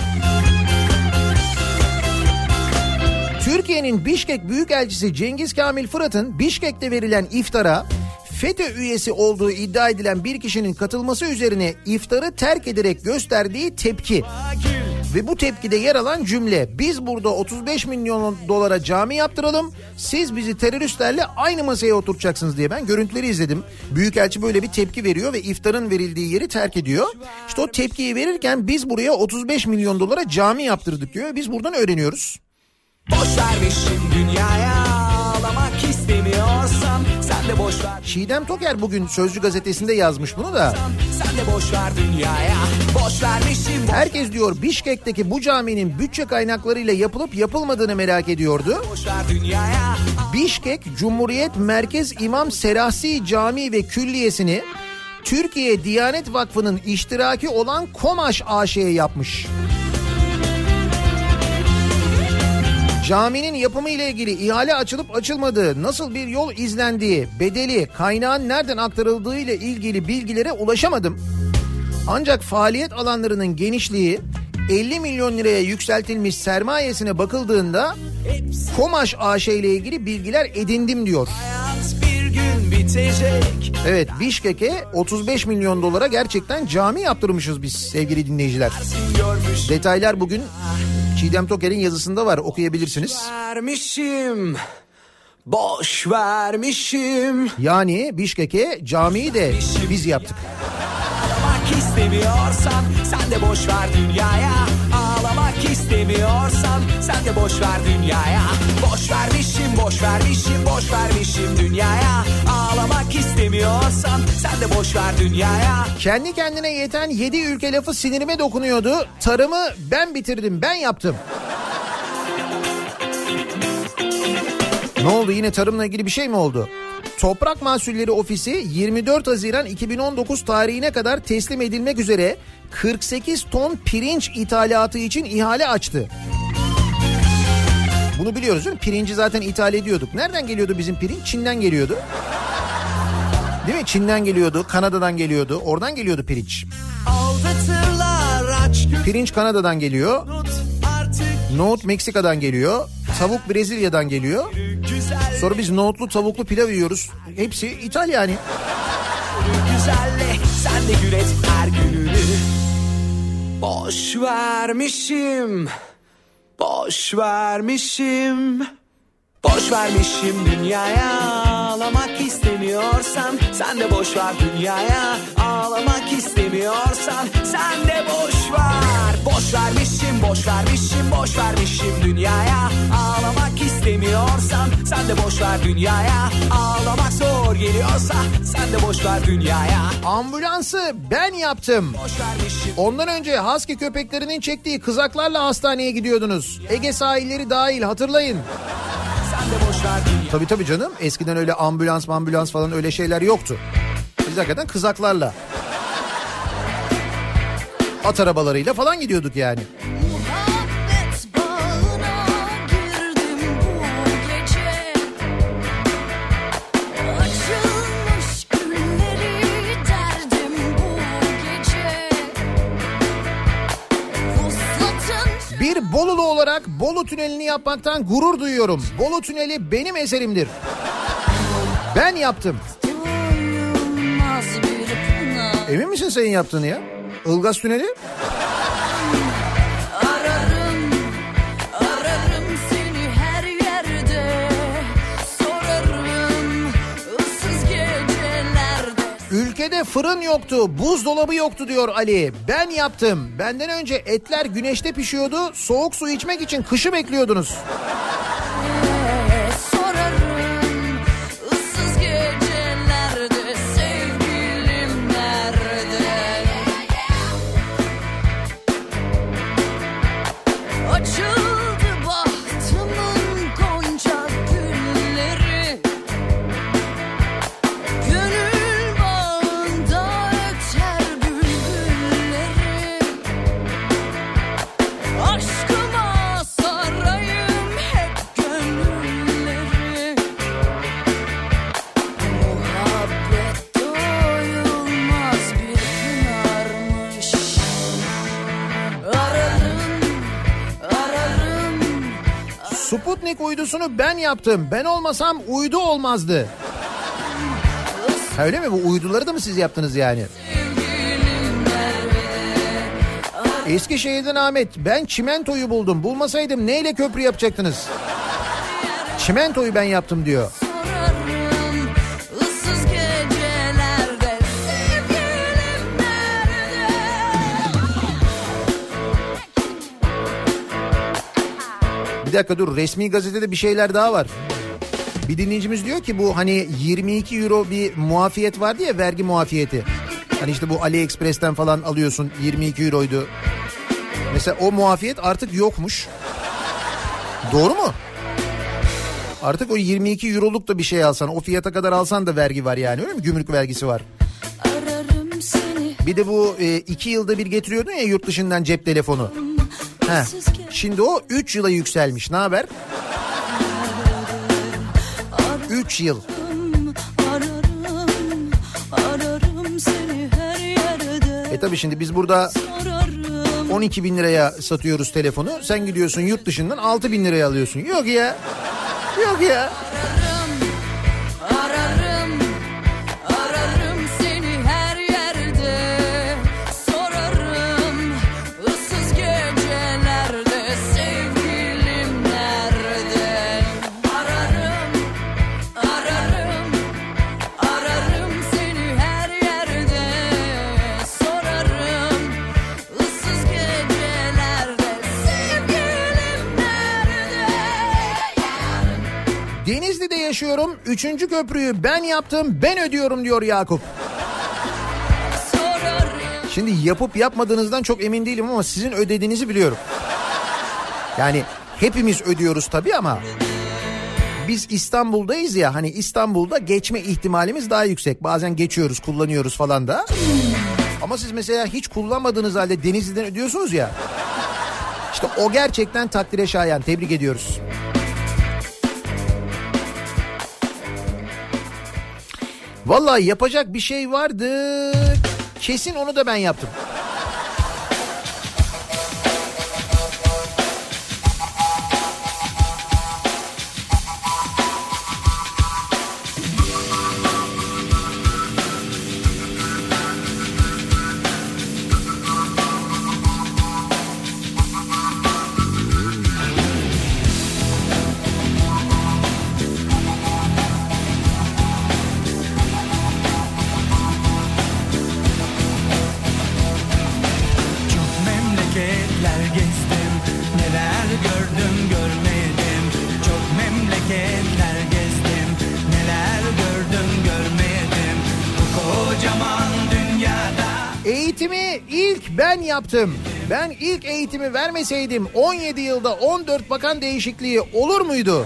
Türkiye'nin Bişkek Büyükelçisi Cengiz Kamil Fırat'ın Bişkek'te verilen iftara FETÖ üyesi olduğu iddia edilen bir kişinin katılması üzerine iftarı terk ederek gösterdiği tepki ve bu tepkide yer alan cümle: biz burada 35 milyon dolara cami yaptıralım, siz bizi teröristlerle aynı masaya oturacaksınız diye. Ben görüntüleri izledim. Büyükelçi böyle bir tepki veriyor ve iftarın verildiği yeri terk ediyor. İşte o tepkiyi verirken biz buraya 35 milyon dolara cami yaptırdık diyor. Biz buradan öğreniyoruz. Boş vermişim dünyaya, ağlamak istemiyorsan sen de boş ver. Çiğdem Toker bugün Sözcü gazetesinde yazmış bunu da. Sen de boş ver dünyaya, boş vermişim. Herkes diyor Bişkek'teki bu caminin bütçe kaynaklarıyla yapılıp yapılmadığını merak ediyordu. Boş ver dünyaya. Bişkek Cumhuriyet Merkez İmam Serahsi Camii ve Külliyesi'ni Türkiye Diyanet Vakfı'nın iştiraki olan KOMAŞ AŞ'ye yapmış. Caminin yapımı ile ilgili ihale açılıp açılmadığı, nasıl bir yol izlendiği, bedeli, kaynağın nereden aktarıldığı ile ilgili bilgilere ulaşamadım. Ancak faaliyet alanlarının genişliği, 50 milyon liraya yükseltilmiş sermayesine bakıldığında KOMAŞ AŞ ile ilgili bilgiler edindim diyor. Bir gün bitecek. Evet, Bişkek'e 35 milyon dolara gerçekten cami yaptırmışız biz sevgili dinleyiciler. Detaylar bugün Çiğdem Toker'in yazısında var, okuyabilirsiniz. Vermişim. boş vermişim. Yani Bişkek'e camiyi de biz yaptık. Ağlamak istemiyorsan sen de boş ver dünyaya. Ağlamak istemiyorsan sen de boş ver dünyaya. Boş vermişim, boş vermişim, boş vermişim dünyaya. Ağlamak istemiyorsan sen de boş ver dünyaya. Kendi kendine yeten 7 ülke lafı sinirime dokunuyordu. Tarımı ben bitirdim, ben yaptım. Ne oldu, yine tarımla ilgili bir şey mi oldu? Toprak Mahsulleri Ofisi 24 Haziran 2019 tarihine kadar teslim edilmek üzere 48 ton pirinç ithalatı için ihale açtı. Bunu biliyoruz değil mi? Pirinci zaten ithal ediyorduk. Nereden geliyordu bizim pirinç? Çin'den geliyordu. Değil mi? Çin'den geliyordu, Kanada'dan geliyordu. Oradan geliyordu pirinç. Pirinç Kanada'dan geliyor. Nohut Meksika'dan geliyor. Tavuk Brezilya'dan geliyor. Sonra biz nohutlu tavuklu pilav yiyoruz. Hepsi ithal yani. Güzelle sen de gül et her gününü. Boş vermişim. Boş vermişim. Boş vermişim dünyaya. Ağlamak istemiyorsan sen de boş ver dünyaya. Ağlamak istemiyorsan sen de boş ver. Boş vermişim, boş vermişim, boş vermişim dünyaya. Ağlamak istemiyorsan sen de boş ver dünyaya. Ağlamak zor geliyorsa sen de boş ver dünyaya. Ambulansı ben yaptım. Ondan önce husky köpeklerinin çektiği kızaklarla hastaneye gidiyordunuz. Ege sahilleri dahil, hatırlayın. Tabii canım, eskiden öyle ambulans falan öyle şeyler yoktu. Biz hakikaten kızaklarla, at arabalarıyla falan gidiyorduk yani. Muhabbet bağına girdim bu gece. Açılmış gülleri derdim bu gece. Vuslatın Bir Bolulu olarak Bolu Tüneli'ni yapmaktan gurur duyuyorum. Bolu Tüneli benim eserimdir. Ben yaptım. doyulmaz bir pınar. Emin misin senin yaptığını ya? Ilgaz Tüneli? Ararım seni her yerde. Sorarım ıssız gecelerde. Ülkede fırın yoktu, buzdolabı yoktu diyor Ali. Ben yaptım. Benden önce etler güneşte pişiyordu. Soğuk su içmek için kışı bekliyordunuz. Sorarım ıssız gecelerde sevgilim nerede? Açıldı bahtımın gonca gülleri. Gönül bağında öter bülbülleri. Aşkıma sarayım hep gönülleri. Muhabbet doyulmaz bir pınarmış. Ararım Sputnik uydusunu ben yaptım. Ben olmasam uydu olmazdı. Ha, öyle mi? Bu uyduları da mı siz yaptınız yani? sevgilim nerede? Eskişehir'den Ahmet. Ben çimentoyu buldum. Bulmasaydım neyle köprü yapacaktınız? Çimentoyu ben yaptım diyor. Sorarım ıssız gecelerde sevgilim nerede? Bir dakika dur, resmi gazetede bir şeyler daha var. Bir dinleyicimiz diyor ki bu hani 22 euro bir muafiyet vardı ya, vergi muafiyeti. Hani işte bu AliExpress'ten falan alıyorsun, 22 euroydu. Mesela o muafiyet artık yokmuş. Doğru mu? Artık o 22 euroluk da bir şey alsan, o fiyata kadar alsan da vergi var yani, öyle mi? Gümrük vergisi var. Ararım seni Bir de bu 2 yılda bir getiriyordun ya yurt dışından cep telefonu. Heh. Şimdi o 3 yıla yükselmiş. Ne haber? 3 yıl. Ararım seni her yerde. Tabii şimdi biz burada Sorarım 12 bin liraya satıyoruz telefonu. Sen gidiyorsun yurt dışından 6 bin liraya alıyorsun. Yok ya. Yok ya. Ararım seni her yerde. Sorarım ıssız gecelerde sevgilim nerede? Denizli'de yaşıyorum. 3. köprüyü ben yaptım, ben ödüyorum diyor Yakup. Şimdi yapıp yapmadığınızdan çok emin değilim ama sizin ödediğinizi biliyorum. Yani hepimiz ödüyoruz tabii ama biz İstanbul'dayız ya, hani İstanbul'da geçme ihtimalimiz daha yüksek. Bazen geçiyoruz, kullanıyoruz falan da. Ama siz mesela hiç kullanmadığınız halde Denizli'den ödüyorsunuz ya. İşte o gerçekten takdire şayan. Tebrik ediyoruz. Vallahi yapacak bir şey vardı. Kesin onu da ben yaptım. Ben yaptım. Ben ilk eğitimi vermeseydim 17 yılda 14 bakan değişikliği olur muydu?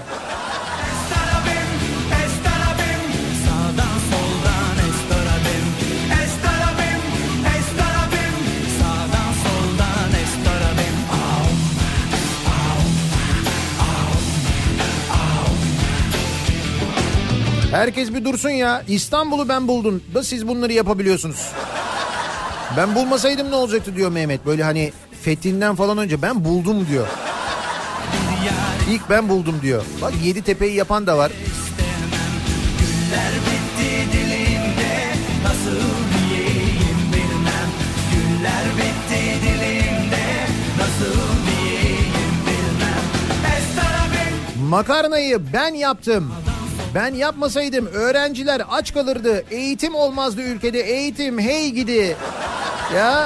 Herkes bir dursun ya. İstanbul'u ben buldum da siz bunları yapabiliyorsunuz. Ben bulmasaydım ne olacaktı diyor Mehmet. Böyle hani fethinden falan önce ben buldum diyor. İlk ben buldum diyor. Bak Yeditepe'yi yapan da var. Güller bitti dilimde, nasıl diyeyim bilmem. Güller bitti dilimde, nasıl diyeyim bilmem. Makarnayı ben yaptım. Ben yapmasaydım öğrenciler aç kalırdı. Eğitim olmazdı ülkede. Eğitim hey gidi. Ya.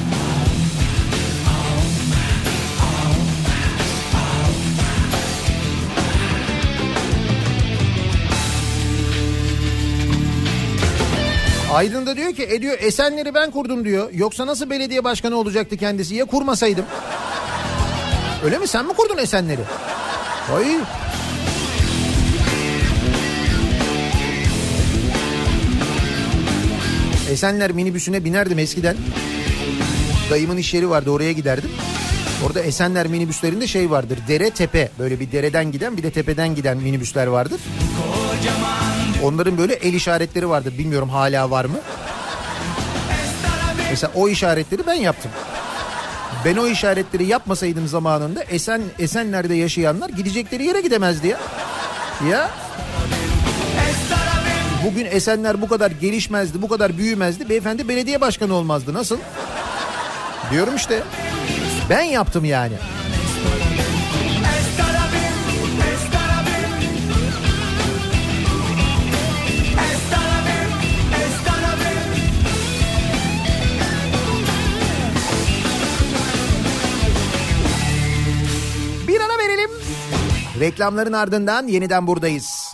Aydın'da diyor ki ediyor Esenler'i ben kurdum diyor. Yoksa nasıl belediye başkanı olacaktı kendisi ya kurmasaydım. Öyle mi, sen mi kurdun Esenler'i? Hayır. Esenler minibüsüne binerdim eskiden. Dayımın iş yeri vardı, oraya giderdim. Orada Esenler minibüslerinde şey vardır. Dere tepe, böyle bir dereden giden bir de tepeden giden minibüsler vardır. Onların böyle el işaretleri vardır. Bilmiyorum hala var mı? Mesela o işaretleri ben yaptım. Ben o işaretleri yapmasaydım zamanında Esenler'de yaşayanlar gidecekleri yere gidemezdi ya. Ya. Bugün Esenler bu kadar gelişmezdi, bu kadar büyümezdi. Beyefendi belediye başkanı olmazdı. Nasıl? Diyorum işte. Ben yaptım yani. Bir ara verelim. Reklamların ardından yeniden buradayız.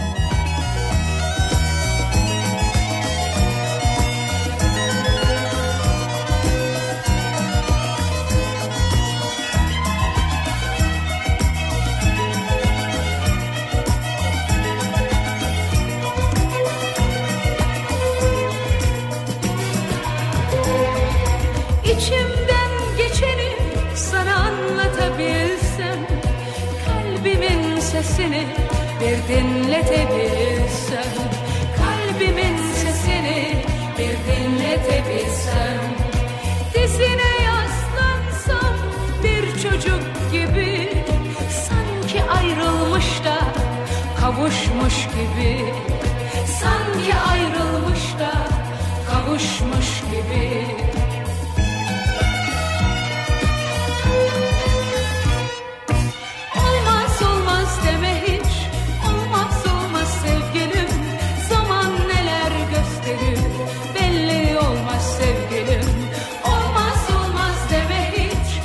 İçimden geçeni sana anlatabilsem, kalbimin sesini bir dinletebilsem, kalbimin sesini bir dinletebilsem, dizine yaslansam bir çocuk gibi, sanki ayrılmış da kavuşmuş gibi, sanki ayrılmış da kavuşmuş gibi.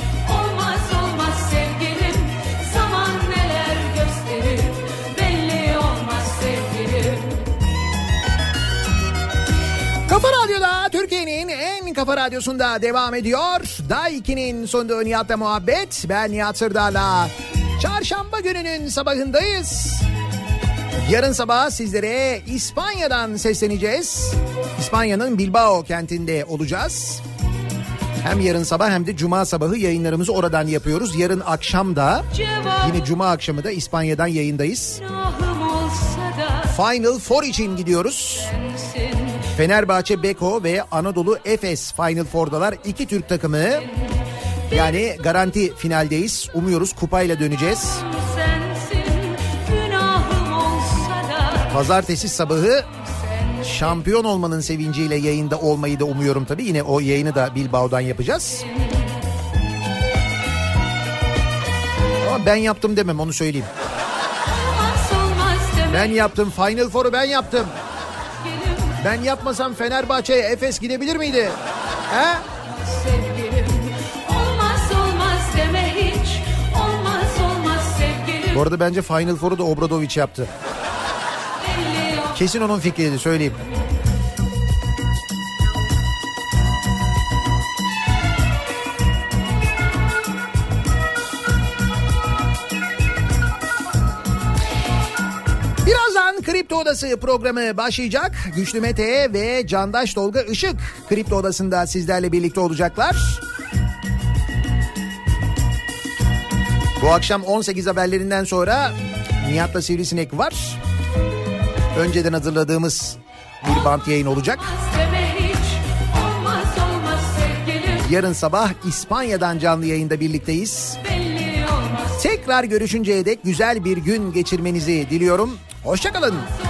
Belli Kafa Radyosu'nda devam ediyor. Day 2'nin sonunda Nihat'la muhabbet. Ben Nihat Sırdar'la. Çarşamba gününün sabahındayız. Yarın sabah sizlere İspanya'dan sesleneceğiz. İspanya'nın Bilbao kentinde olacağız. Hem yarın sabah hem de cuma sabahı yayınlarımızı oradan yapıyoruz. Yarın akşam da yine cuma akşamı da İspanya'dan yayındayız. Final Four için gidiyoruz. Fenerbahçe, Beko ve Anadolu Efes Final Four'dalar. 2 Türk takımı. Yani garanti finaldeyiz. Umuyoruz kupayla döneceğiz. Pazartesi sabahı şampiyon olmanın sevinciyle yayında olmayı da umuyorum tabii. Yine o yayını da Bilbao'dan yapacağız. Ama ben yaptım demem, onu söyleyeyim. Ben yaptım. Final Four'u ben yaptım. Ben yapmasam Fenerbahçe'ye Efes gidebilir miydi? He? Sevgilim, olmaz deme hiç. Olmaz sevgilim. Bu arada bence Final Four'u da Obradović yaptı. Kesin onun fikriydi, söyleyeyim. Birazdan Kripto Odası programı başlayacak. Güçlü Mete ve Candaş Tolga Işık Kripto Odası'nda sizlerle birlikte olacaklar. Bu akşam 18 haberlerinden sonra Nihat'la Sivrisinek var. Önceden hazırladığımız bir bant yayın olacak. Yarın sabah İspanya'dan canlı yayında birlikteyiz. Tekrar görüşünceye dek güzel bir gün geçirmenizi diliyorum. Hoşça kalın.